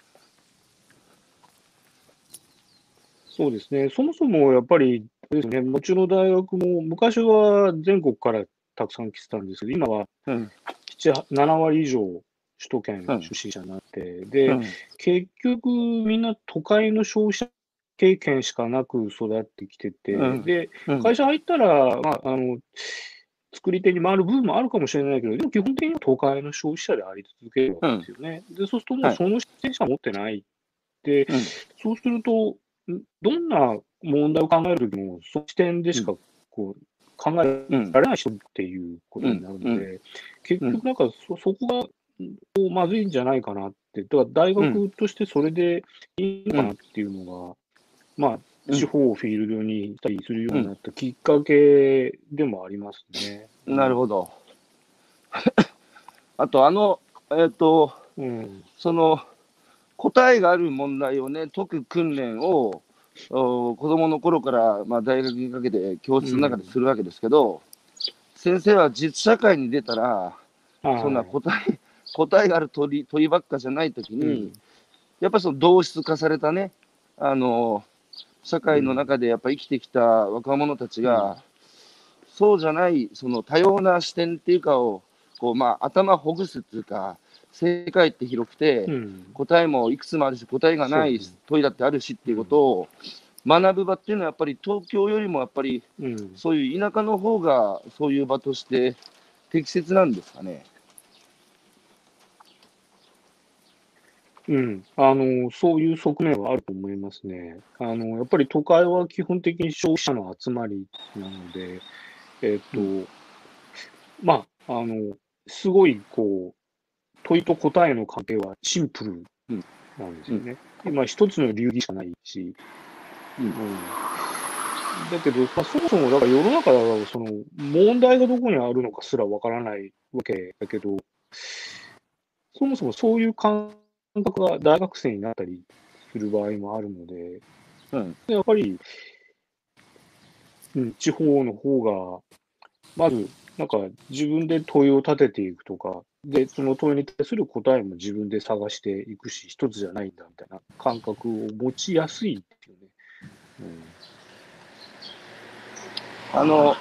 そうですね。そもそもやっぱり、あれですね、うちの大学も昔は全国からたくさん来てたんですけど、今はうん、 なな、なな割以上首都圏うん、 出身者になって、で、 うん、 結局みんな都会の消費者経験しかなく育ってきてて、 うん、 で、 うん、 会社入ったら、まあ、あの、作り手に回る部分もあるかもしれないけど、でも基本的には都会の消費者であり続けるわうん、 けですよね。で、そうするともうはい、 その視点しか持ってないで、 うん、 そうすると、んどんな問題を考えるときも、その視点でうん、 しかこう考えうん、 られない人っていうことにうん、うん、 なるので、結うん、 局なんかそそこがんこうまずいんじゃないかなって、だから大うん、 学としてそれでいいのうん、 かなっていうのが、まあ、 うん、 地方をフィールドにしたりするよううん、 になったきっかけでもありますね。うん。 なるほど。あと、あの、えっと、 うん。 その、答えがある問題をね、解く訓練を、お子供の頃から、まあ、大学にかけて教室の中でうん。 するわけですけど、先生は実社会に出たら、 そんなは答え、答えがある問い問いばっかじゃないときい。うに、 ん。 やっぱりその同質化されたね、あの、社会のうん。 中でやっぱ生きてきた若者たちうん。 が、そうじゃない、その多様な視点っていうかを、こう、まあ、頭ほぐすっていうか、世界って広くて、 うん。 答えもいくつもあるし、答えがないそうですね。 問いだってあるしっていうこうん。 とを学ぶ場っていうのは、やっぱり東京よりもやっぱり、 うん。 そういう田舎の方が、そういう場として適切なんですかね。 うん。あの、そういう側面はあると思いますね。あの、やっぱり都会は基本的に消費者の集まりなので、えっうん、 と、まあ、あの、すごい、こう、問いと答えの関係はシンプルうん、 なんですうん、 よね。今一つの流儀しかないし、 うん。 うん。だけど、まあ、そもそもだから世の中はその問題がどこにあるのかすらわからないわけだけど、そもそもそういう感覚が大学生になったりする場合もあるので、 うん、 やっぱり、うん、地方の方が、まず、なんか自分で問いを立てていくとか、で、その問いに対する答えも自分で探していくし、一つじゃないんだみたいな感覚を持ちやすいっていうね。うん。 あの、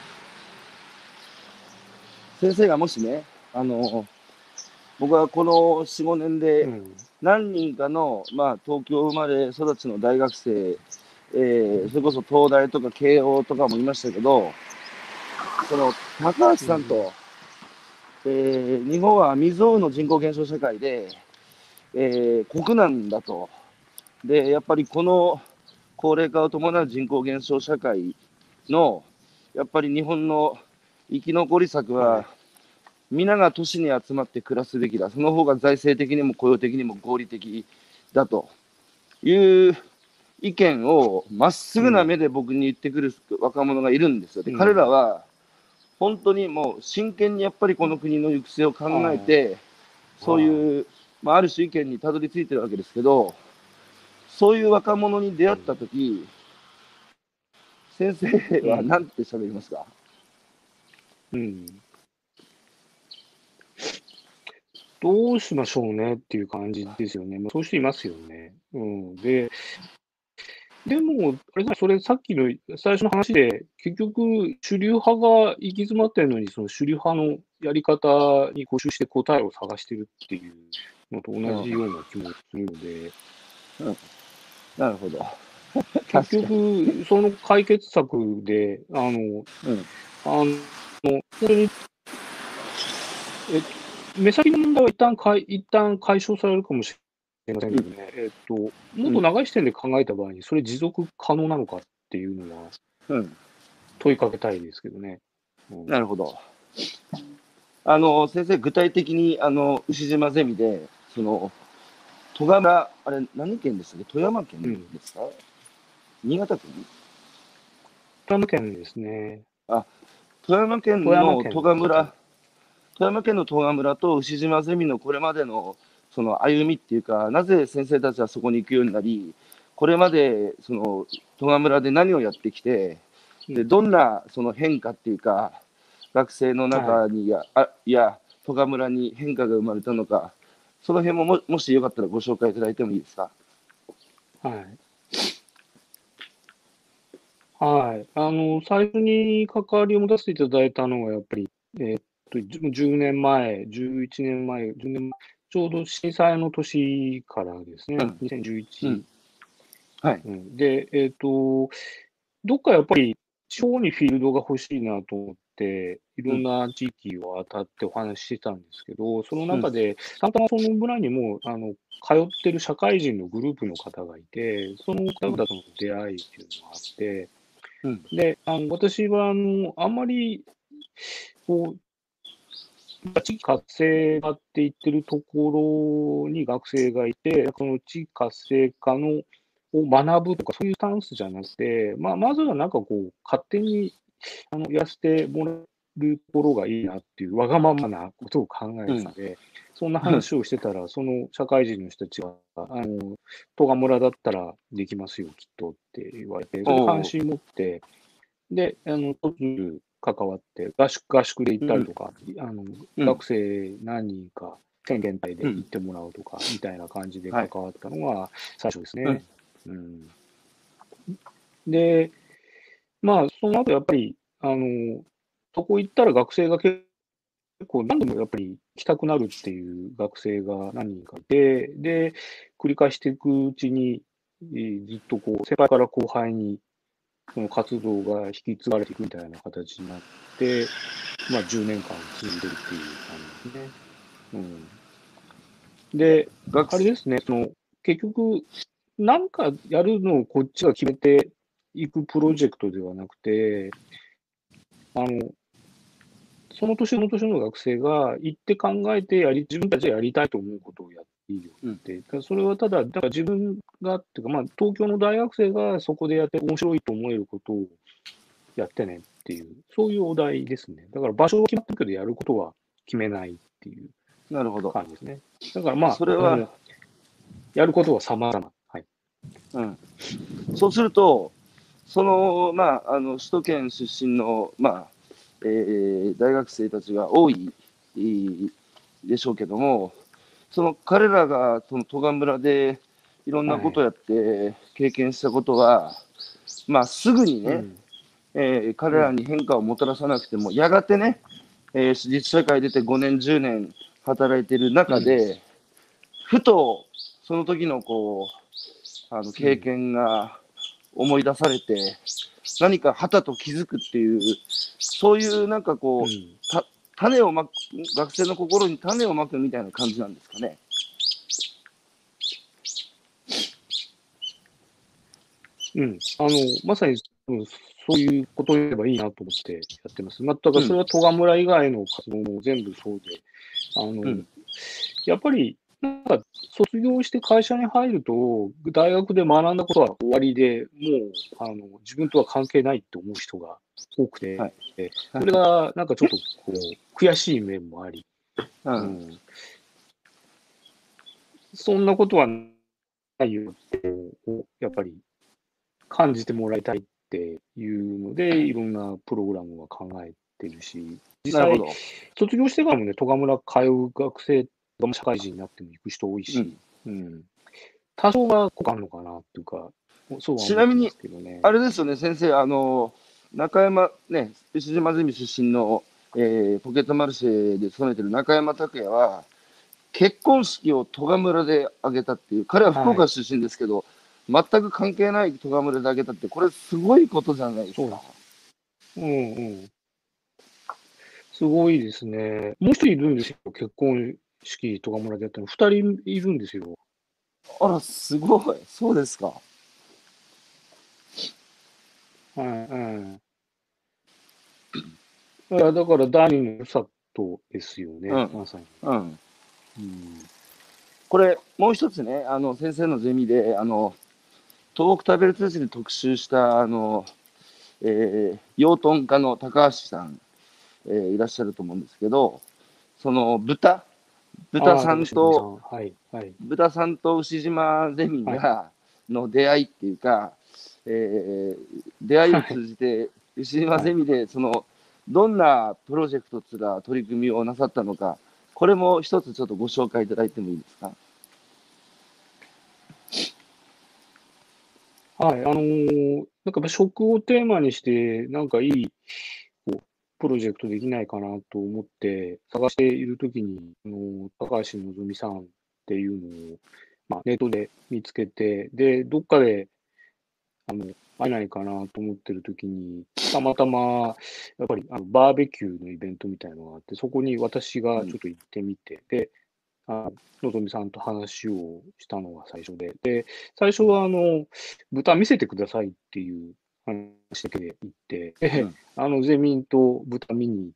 先生がもしね、あの、僕はこのよん、ごねんでうん。 何人かの、まあ、東京生まれ育ちの大学生、えー、それこそ東大とか慶応とかもいましたけど、その高橋うん。 さんと、えー日本は未曾有の人口減少社会で、えー国難だと。で、やっぱりこの高齢化を伴う人口減少社会の、やっぱり日本の生き残り策は、 はい。 皆が都市に集まって暮らすべきだ。その方が財政的にも雇用的にも合理的だという意見をまっすぐな目うん。 で僕に言ってくる若者がいるんですよ。で、彼らうん。 は本当にもう真剣にやっぱりこの国の行く末を考えはて、 い。はそういう、まあ、ある種意見にたどり着いてるわけですけど、そういう若者に出い。 会ったうん。 とき、先生はうん。 何て喋りますか？ うん。どうしましょうねっていう感じですよね。まあ、そういう人いますよね。うん。で、でも、あれだ、それさっきの最初の話で、結局、主流派が行き詰まってるのに、その主流派のやり方に固執して答えを探してるっていうのと同うん、 じような気もするので、 うん、なるほど。 結確かに。 局、その解決策で、あの、 うん、 あの、本当に、えっと、目先の問題は一旦かい一旦解消されるかもしれませんうん、 けどね、えっと、もうん、 っと長い視点で考えた場合に、それ持続可能なのかっていうのはうん。 問いかけたいですけどね。うん。 なるほど。あの、先生、具体的に、あの、牛島ゼミで、その、戸賀村、あれ、何県でしたっけ？富山県うん。 ですか？新潟県？ 富山県ですね。 あ、富山富山県の戸県だと。 賀村、富山県の戸賀村と牛島ゼミのこれまでの、その歩みっていうか、なぜ先生たちはそこに行くようになり、これまで、その、戸賀村で何をやってきて、で、 うん。 どんな、その変化っていうか、学生のはい。 中にや、あ、いや、戸賀村に変化が生まれたのか、その辺もも、もしよかったらご紹介いただいてもいいですか？ はい。はい。あの、最初に関わりを持たせていただいたのは、やっぱり、えーっと、じゅじゅうねんまえ、じゅういちねんまえ、じゅうねんまえ、ちょうど震災の年からですね、 うん、 2011、 うん、はい、 うん。で、えーっと、どっかやっぱり地方にフィールドが欲しいなと思って、いろんうん、 な地域を当たってお話ししてたんですけど、そのうん、 中で、たまたまその村にも、あの、通ってる社会人のグループの方がいて、その方々との出会いっていうのがあって、 うん、 で、あの、私は、あの、あんまり、こう、地域活性化って言ってるところに学生がいて、その地域活性化のを学ぶとか、そういうスタンスじゃなくて、まあ、まずはなんかこう、勝手にあのやらせてもらえるところがいいなっていうわがままなことを考えうん、 てたんで、そんな話をしてたら、その社会人の人たちが、あの、戸賀村だったらできますよ、きっとって言われて、それで関おお、 心持って、で、あの、途中関わって、合宿合宿で行ったりとか、あのうん学生何人か、宣言隊でうん行ってもらうとか、みたいな感じではい関わったのが最初ですうんね。うんで、まあ、その後やっぱり、あの、そこ行ったら学生が結構何度もやっぱり行きたくなるっていう学生が何人かいて、で、繰り返していくうちに、えーずっとこう、先輩から後輩に、その活動が引き継がれていくみたいな形になって、まあ、じゅうねんかん続いてるっていう感じですね。うん。で、 学生あれですね、その、結局、なんかやるのをこっちが決めていくプロジェクトではなくて、あの、その年その年の学生が行って考えてやり、自分たちがやりたいと思うことをやっていいようんって。だからそれはただ、だから自分がっていうか、まあ、東京の大学生がそこでやって面白いと思えることをやってねっていう、そういうお題ですね。だから場所は決まってるけど、やることは決めないっていうなるほど。 感じですね。だからまあ、 それはあの、やることは様々。はい。 うん、そうすると、その、まあ、あの首都圏出身の、まあえー大学生たちが多いいいでしょうけども、その彼らがその戸賀村でいろんなことをはい。 やって経験したことは、まあ、すぐにね、 うん。 えー彼うん。 らに変化をもたらさなくても、やがてね、えー実社会出てごねん、じゅうねん働いているうん。 中で、ふとその時のこうあの経うん。 験が思い出されて、何かはたと気づくっていう、そういうなんかこう、 うん。 た種をまく、学生の心に種をまくみたいな感じなんですかね。 うん。あの、まさに、うん、そういうことを言えばいいなと思ってやってます。まあ、だかうん、 らそれは戸賀村以外の活動も全部そうで、あの、 うん、 やっぱり、なんか、卒業して会社に入ると、大学で学んだことは終わりで、もう、あの、自分とは関係ないって思う人が多くて、 はい。 それが、なんかちょっと、こう、悔しい面もあり、 うん、 うん、そんなことはないよって、やっぱり感じてもらいたいっていうので、いろんなプログラムは考えてるし、実際、 なるほど。 卒業してからもね、戸賀村通う学生が社会人になっても行く人多いし、 うん。 うん、多少は効果あるのかなっていうか、そうはちなみに、 思ってますけどね。 あれですよね、先生、あの、中山、ね、牛島ゼミ出身の、えーポケットマルシェで勤めてる中山拓也は、結婚式を戸賀村で挙げたっていう、彼は福はい。 岡出身ですけど、全く関係ない戸賀村で挙げたって、これすごいことじゃないですか。 そうです。うんうん。すごいですね。もう一人いるんですよ。結婚式戸賀村でやったの。二人いるんですよ。 あら、すごい。そうですか。 はい、はい。いやだから第二の良さとですよね。 うん。 まさに。 うん。 うん。 これ、もう一つね、あの、先生のゼミで、あの、東北食べる通信で特集した、あの、えー養豚家の高橋さん、えーいらっしゃると思うんですけど、その豚、豚ああ、 さ高橋のりさんと、 ん。はい、はい、 豚さんと牛島ゼミはい。 が、の出会いっていうか、えー出会いをはい、 通じて、牛島はい。 ゼミで、その、どんなプロジェクトつら取り組みをなさったのか、これも一つちょっとご紹介いただいてもいいですか。 はい。あのーなんかやっぱ食をテーマにして、なんかいいこうプロジェクトできないかなと思って探しているときに、あのー高橋のぞみさんっていうのを、まあ、ネットで見つけて、で、どっかであの会えないかなと思ってるときに、たまたま、やっぱりあのバーベキューのイベントみたいなのがあって、そこに私うん。 がちょっと行ってみて、で、あのぞみさんと話をしたのが最初で、で、最初はあの、豚見せてくださいっていう話だけで行って、で、 うん。 あの、ゼミンと豚見に行って、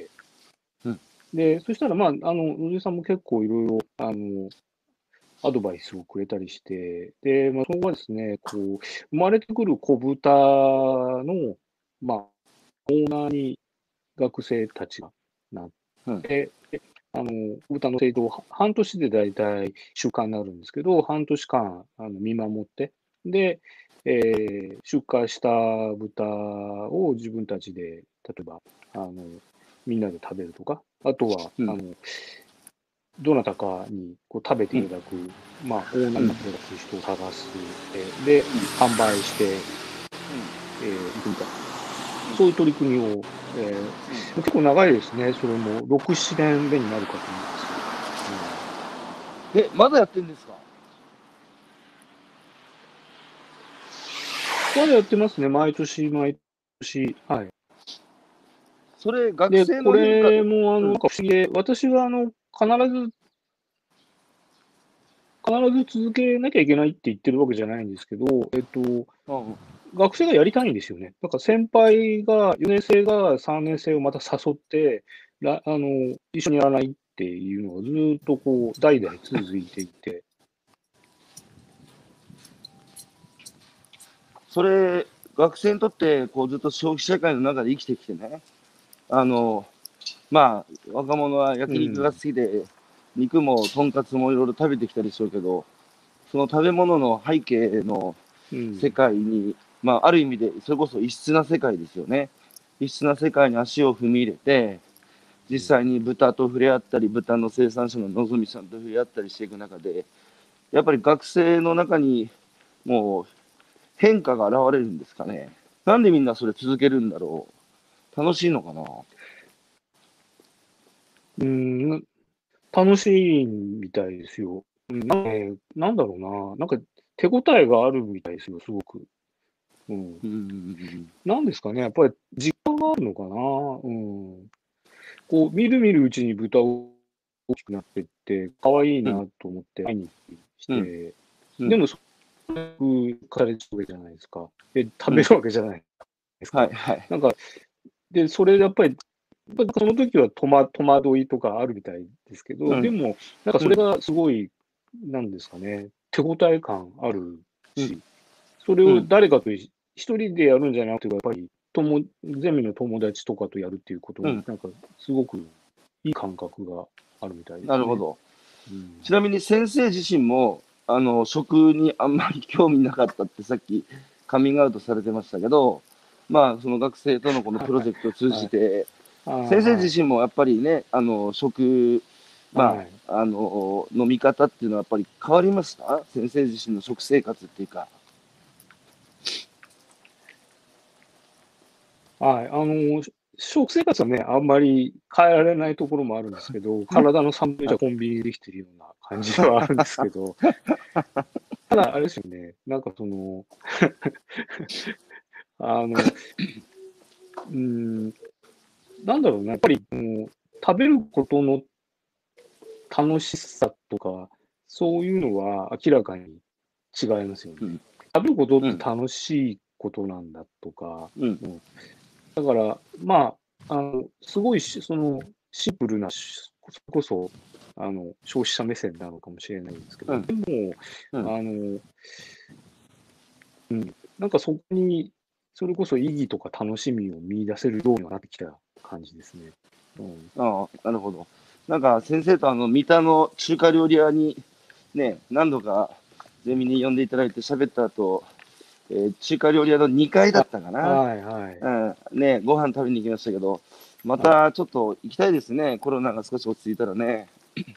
うん。 で、そしたら、まあ、あの、野添さんも結構いろいろ、あの、アドバイスをくれたりして、で、まあ、その後はですね、こう、生まれてくる子豚の、まあ、学生たちがなっうん。 て、あの、歌の成長、は半年で大体習慣になるんですけど、半年間、あの、見守って、で、 えー出荷した豚を自分たちで、例えば、あの、みんなで食べるとか、あとは、 うんあの、どなたかにこう食べていただく、まあ、オーナーになっていただく人を探す、えーで、販売して、えーいくみたいな、そういう取り組みを、えー結構長いですね、それも、ろく、ななねんめになるかと思いますけど。 え、まだやってんですか？ うん、まだやってますね、毎年、毎年。はい。 それ、学で、 生この変化、 れも、あの、 うんなんか不思議で、私は、あの、必ず、必ず続けなきゃいけないって言ってるわけじゃないんですけど、えっと、 うん学生がやりたいんですよね。なんか先輩が、よねん生がさんねん生をまた誘って、らあの、一緒にやらないっていうのがずーっとこう、代々続いていて、 それ、学生にとってこうずっと消費社会の中で生きてきてね、あの、まあ、若者は焼肉が好うん、 きで、肉もとんかつもいろいろ食べてきたでしょうけど、その食べ物の背景の世うん、 界に、まあ、ある意味で、それこそ異質な世界ですよね。異質な世界に足を踏み入れて、実際に豚と触れ合ったり、豚の生産者ののぞみさんと触れ合ったりしていく中で、やっぱり学生の中にもう変化が現れるんですかね。なんでみんなそれ続けるんだろう。楽しいのかな。 うん、楽しいみたいですよ。うんなんかね、なんだろうな、なんか手応えがあるみたいですよ、すごく。うん。 うん。 なんですかね、やっぱり実感があるのかな。うん。こう、みるみるうちに豚を大きくなっていって、可愛いうん。 なと思って会いに行しうん。 て、 うん。 でも、それかれちゃうわけじゃないですか。で、食うん。 べるわけじゃないですか。 はいはい。 なんか、で、それやっぱり、やっぱその時は戸ま戸惑いとかあるみたいですけど、でうん。 も、なんかうん。 それがすごい、なんですかね、手応え感あるうん。 し、それをうん。 誰かと一人でやるんじゃなくて、やっぱり、ともゼミの友達とかとやるっていうことに、 うん。 なんかすごくいい感覚があるみたいですね。 なるほど。 うん。 ちなみに先生自身も、あの、食にあんまり興味なかったってさっきカミングアウトされてましたけど、まあ、その学生とのこのプロジェクトを通はい。 じて、 ああ、 先生はい。 自身もやっぱりね、あの、食、まはい。 あ、あの、飲み方っていうのはやっぱり変わりました先生自身の食生活っていうか。 はい。あの、し食生活はね、あんまり変えられないところもあるんですけど、体のさんぶんのいちはコンビニでできてるような感じではあるんですけど、ただあれですよね、なんかその、あの、うーん、なんだろうな、やっぱり、もう、食べることの楽しさとか、そういうのは明らかに違いますよね。 うん、 食べることってうん、 楽しいことなんだとか、 うん、 うん、だから、まあ、あの、すごいしその、シンプルな、しそれこそ、あの、消費者目線なのかもしれないんですけど、 うん、 でも、 うん。 あの、うん、なんかそこに、それこそ意義とか楽しみを見出せるようにはなってきた感じですね。うん。 ああ、なるほど。なんか先生とあの、三田の中華料理屋にね、何度かゼミに呼んでいただいて喋った後、えー中華料理屋のにかいだあ、 ったかな。 はいはい。 うん、ね、ご飯食べに行きましたけど、まはい。 たちょっと行きたいですね。コロナが少し落ち着いたらね。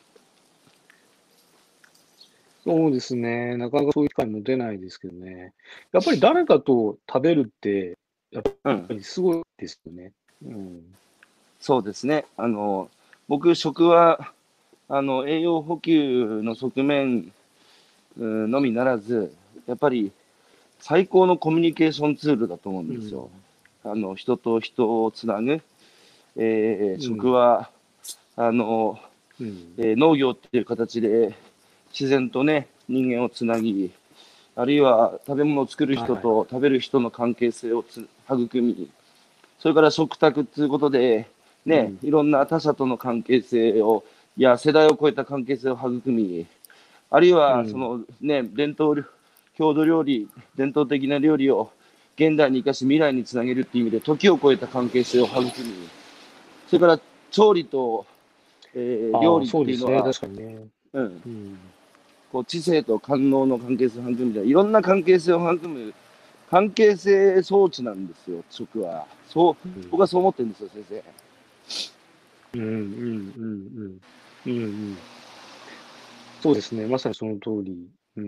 そうですね。なかなかそういう機会も出ないですけどね。やっぱり誰かと食べるって、やっうん、 ぱりすごいですよね。うん。 そうですね。あの、僕、食は、あの、栄養補給の側面うんのみならず、やっぱり最高のコミュニケーションツールだと思うんですよ。 うん。 あの、人と人をつなぐ。えーうん。 食は、あの、 うん。 えー農業っていう形で自然とね、人間をつなぎ、あるいは食べ物を作る人はいはい。 と食べる人の関係性をつ育み、それから食卓っていうことで、ね、 うん。 いろんな他者との関係性を、いや、世代を超えた関係性を育み、あるいは、そうん。 のね、伝統郷土料理、伝統的な料理を現代に生かし未来につなげるっていう意味で、時を超えた関係性を育み、それから調理と、えー料ああ、 理っそうですね。 ていうのは、 確かにね。 うん、 うん。 こう知性と官能の関係性を育むみたいな、いろんな関係性を育む、 関係性装置なんですよ、職は。そう、 うん僕はそう思ってるんですよ、先生。 うんうんうんうんうんうん。そうですね。まさにその通り。うん。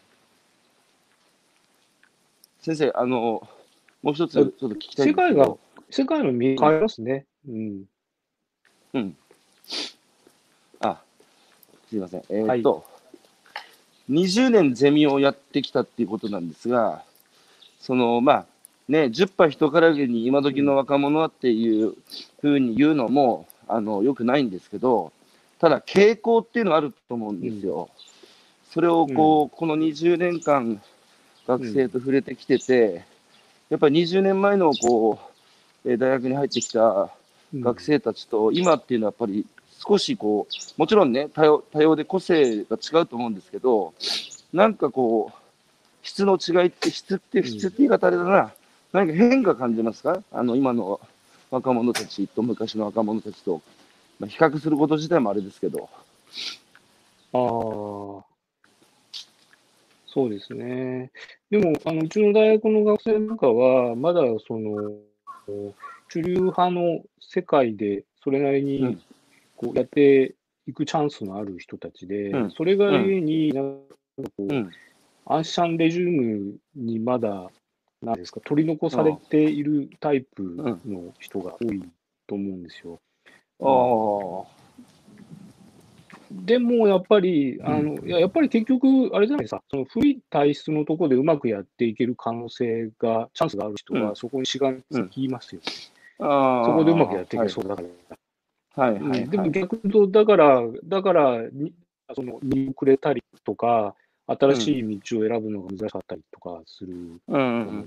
先生、あの、もう一つだちょっと聞きたいん世界が、 ですけど、 世界の見えうん、 変えますね。うん。 うん、あ、すいません。えーっはい。 と、にじゅうねんゼミをやってきたっていうことなんですが、その、まあ、ね、じゅっぱい人からげに今時のうん。 若者はっていうふうに言うのも、あの、よくないんですけど、ただ傾向っていうのはあると思うんうん。 ですよ。それをうん。 こう、このにじゅうねんかん学生うん。 と触れてきてて、やっぱりにじゅうねんまえのこう、えー大学に入ってきたうん。 学生たちと今っていうのはやっぱり少しこう、もちろんね、多様多様で個性が違うと思うんですけど、なんかこう、質の違いって、質って、 うん。 質って言い方あれだな、何か変化感じますか？あの、今の若者たちと昔の若者たちと、まあ、比較すること自体もあれですけど。 ああ、そうですね。でも、あの、うちの大学の学生なんかは、まだその、主流派の世界で、それなりにうん、 こうやっていくチャンスのある人たちで、 うん、 それがうん、 ゆえに、なんかこう、 うん、 アンシャンレジュームにまだ、なんですか、取り残されうん、 ているタイプうん。 の人が多いと思うんですよ。 あうん。 あ、 でもやっぱり、 うん、 あの、いや、やっぱり結局、あれじゃないですか、その古い体質のところでうまくやっていける可能性が、チャンスがある人うん、 は、そこにしがみつうん。 きますよね。 あそこでうまくあ、 やっていはい、 けそうだから。 はい、はい、 うん、ではい。 も逆に言うと、だから、だからに、その、見遅れたりとか、新うん、 しい道を選ぶのが難しかったりとかするうん、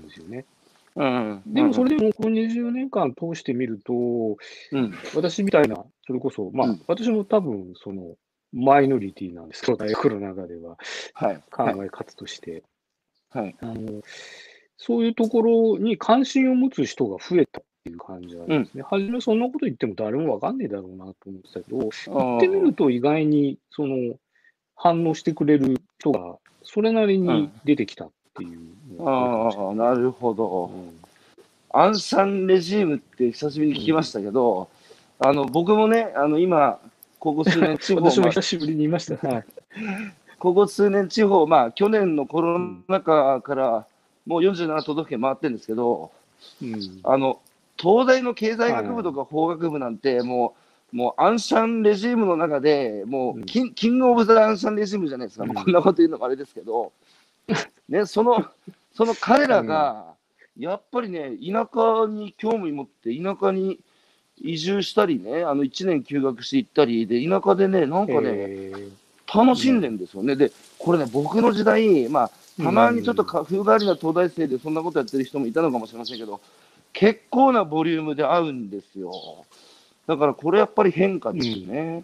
と思うんですよね。 うん、うでもそれん、 でもこのにじゅうねんかん通してみると、 うん、 私みたいな、それこそ、まあ、 うん。 私も多分、その、マイノリティなんですけど、大学の中では、 はい、はい、 考え方として。 はい。 あの、そういうところに関心を持つ人が増えたっていう感じはありうん。 ますね。初めそんなこと言っても誰もわかんねえだろうなと思ってたけど、 あ行ってみるあ、 と意外に、その、反応してくれる人がそれなりうん。 に出てきたっていうのはあるかもしれああ、 ないですなるほど。 ね。 アンサンレジームって久しぶりにうん。うん。 聞きましたけど、あの、僕もね、あの、今、ここ数年地方、 私もまあ、 久しぶりに言いました。はい。 ここ数年地方、まあ、去年のコロうん。 ナ禍からもうよんじゅうなな都道府県回ってるんですけど、 うん。 あの、東大の経済学部とはい。 か法学部なんて、もう、もうアンシャンレジームの中で、もううん。 キン、キングオブザアンシャンレジームじゃないですか。もうこんなうん。 こと言うのもあれですけど、ね、その、その彼らうん。 が、やっぱりね、田舎に興味持って、田舎に移住したりね、あのいちねん休学して行ったり、で、田舎でね、なんへかね、 え。 楽しんでうん。 んですよね。で、これね、僕の時代、まあ、 うたまにちょっとん。 風変わりな東大生でそんなことやってる人もいたのかもしれませんけど、結構なボリュームで合うんですよ。だからこれやっぱり変化ですうん。 ね。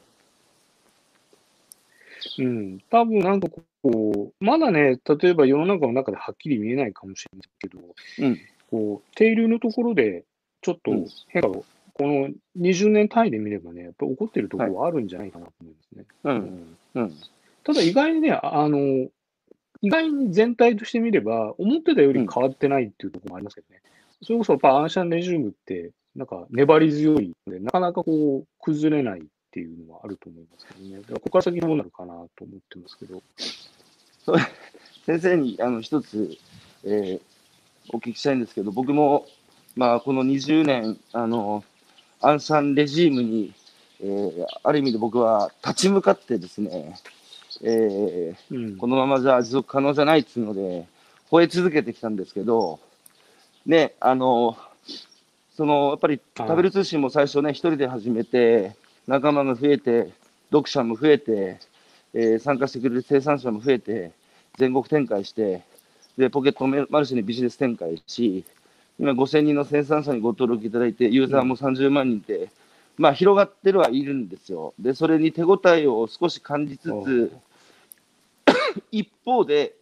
うん。多分なんかこう、まだね、例えば世の中の中ではっきり見えないかもしれないけど、 うん、 こう、定流のところでちょっうん、 と変化を、このにじゅうねん単位で見ればね、やっぱ起こってるとはい、 ころはあるんじゃないかなと思いますね。 うん、 うん。 うん、 ただ意外にね、あの、意外に全体として見れば、思ってたようん。 り変わってないっていうところもありますけどね。それこそやっぱアンシャンレジュームって、なんか粘り強いので、なかなかこう、崩れないっていうのはあると思いますけどね。だからここから先どうなるかなと思ってますけど。 それ先生にあの一つ、えーお聞きしたいんですけど、僕も、まあ、このにじゅうねん、あの、アンサンレジームに、えーある意味で僕は立ち向かってですね、えーうん。 このままじゃ持続可能じゃないっていうので、吠え続けてきたんですけど、ね、あの、その、やっぱり食べはい。 る通信も最初ね、一人で始めて、仲間が増えて、読者も増えて、えー参加してくれる生産者も増えて、全国展開して、で、ポケットマルシェにビジネス展開し、今ごせんにんの生産者にご登録いただいて、ユーザーもうん。 さんじゅうまん人って、まあ広がってるはいるんですよ。で、それに手応えを少し感じあつつ、 あ。 一方で、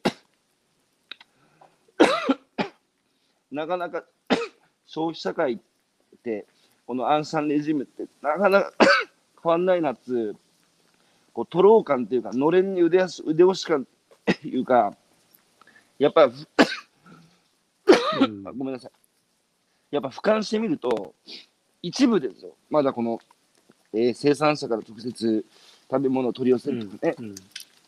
なかなか消費社会って、このアンサンレジームって、なかなか変わんないなっつう、こう、徒労感っていうか、のれんに腕足腕押し感っていうか、やっぱうんあごめんなさい。やっぱ俯瞰してみると、一部ですよ。まだこの、えー生産者から直接食べ物を取り寄せうるとかね。 んうん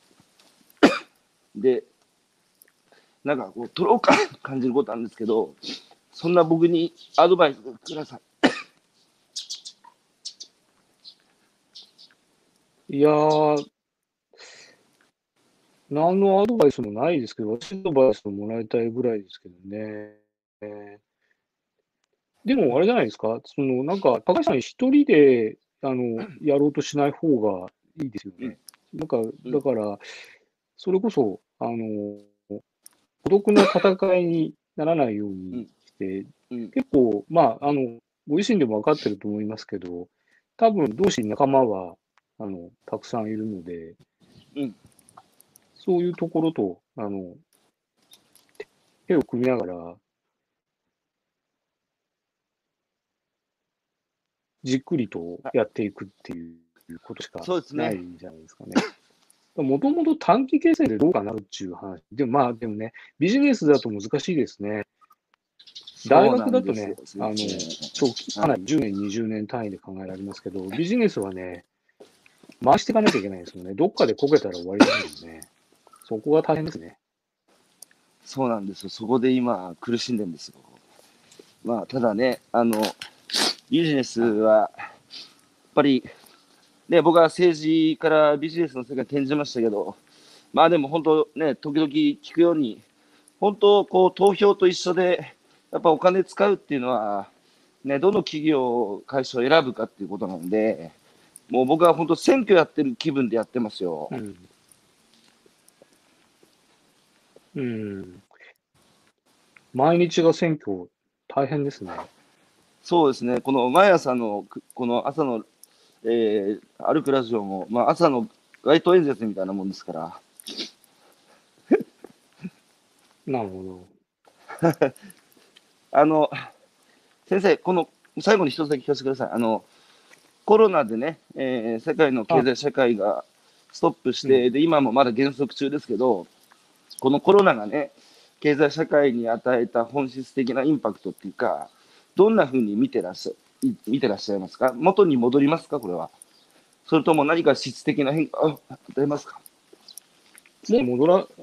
で、なんかこう、とろうか感じることあるんですけど、そんな僕にアドバイスください。 いやー、何のアドバイスもないですけど、私のアドバイスをもらいたいぐらいですけどね。えーでも、あれじゃないですか、その、なんか、高橋さん一人で、あの、やろうとしない方がいいですようん、 ね。なんか、 うん、 だから、それこそ、あの、孤独な戦いにならないようにうん、 して、 うん、 結構、まあ、あの、ご自身でも分かってると思いますけど、多分、同志仲間は、あの、たくさんいるので、 うん。 そういうところと、あの、手を組みながら、じっくりとあ、 やっていくっていうことしかそうですね。 ないんじゃないですかね。もともと短期決戦でどうかなっていう話。でもまあ、でもね、ビジネスだと難しいですね。大そうな学だとんですよ。 ね、 先あの、長期、 生。はい。 かなりじゅうねん、にじゅうねん単位で考えられますけど、ビジネスはね、回していかなきゃいけないですよね。どっかでこけたら終わりですもんね。そこが大変ですね。 そうなんですよ。そこで今、苦しんでるんですよ。まあ、ただね、あの、ビジネスは、やっぱり、ね、僕は政治からビジネスの世界に転じましたけど、まあでも本当ね、時々聞くように、本当、こう、投票と一緒で、やっぱお金使うっていうのは、ね、どの企業、会社を選ぶかっていうことなんで、もう僕は本当選挙やってる気分でやってますよ。 うん。うん。毎日が選挙、大変ですね。 そうですね、この毎朝の、くこの朝の、えー歩くラジオも、まあ朝の街頭演説みたいなもんですから、 なるほど。 あの、先生、この、最後に一つだけ聞かせてください。あの、コロナでね、えー世界の経あ、 済社会がストップしうん。 て、で、今もまだ減速中ですけど、このコロナがね、経済社会に与えた本質的なインパクトっていうか、どんなふうに見てらっしゃ、い見てらっしゃいますか？元に戻りますかこれは。それとも何か質的な変化を与えますか？ もう戻ら、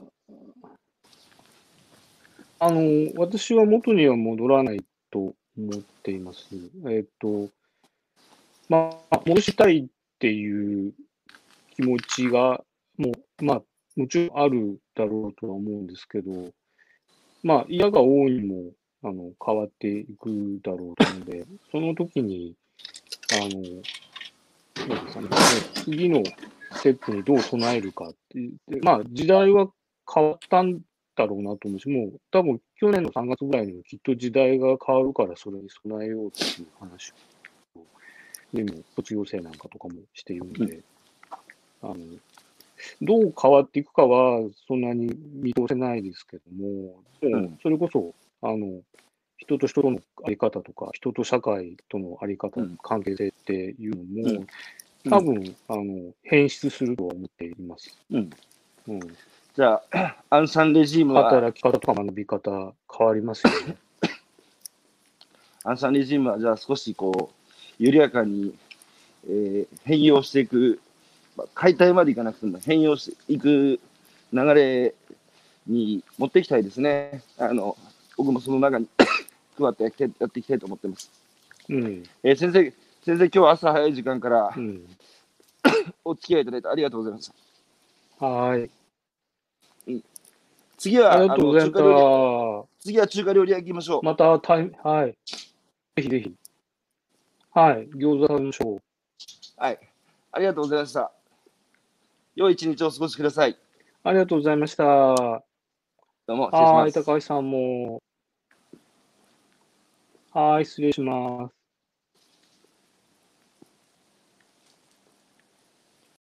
あの、私は元には戻らないと思っています。えっと、まあ、戻したいっていう気持ちが、もう、まあ、もちろんあるだろうとは思うんですけど、まあ、嫌が王にも、あの、変わっていくだろうと思うので、その時に、あの、なんですかね、もう次のステップにどう備えるかっていう、でまあ、時代は変わったんだろうなと思うし、もう多分去年のさんがつぐらいにもきっと時代が変わるからそれに備えようっていう話を、でも卒業生なんかとかもしているのうん、 で、あの、どう変わっていくかはそんなに見通せないですけども、もううん、 それこそ、あの、人と人とのあり方とか、人と社会とのあり方、 うん、 関係性っていうのうん、 も、 うん、 多分、あの、変質するとは思っています。 うん。 うん。 じゃあ、アンサンレジームは、 働き方とか学び方変わりますよね。 アンサンレジームは、じゃあ少しこう、緩やかに、えー変容していく、まあ解体までいかなくても変容していく流れに持っていきたいですね。あの、僕もその中に加わってやってやっていきたいと思ってます。 うん。 えー先生、先生、今日は朝早い時間からうん。 お付き合いいただいてありがとうございました。 はい。 うん、次ありは、あの、 がとうございまし中華料理、 た。 次は中華料理屋行きましょまたタイム、はい。ぜひぜひ。はい。餃子食べましょう。 う。はい。ありがとうございました。良い一日をお過ごしください。 ありがとうございました。はどうも、失礼しまい。 す。 高橋さんも。はい。失礼します。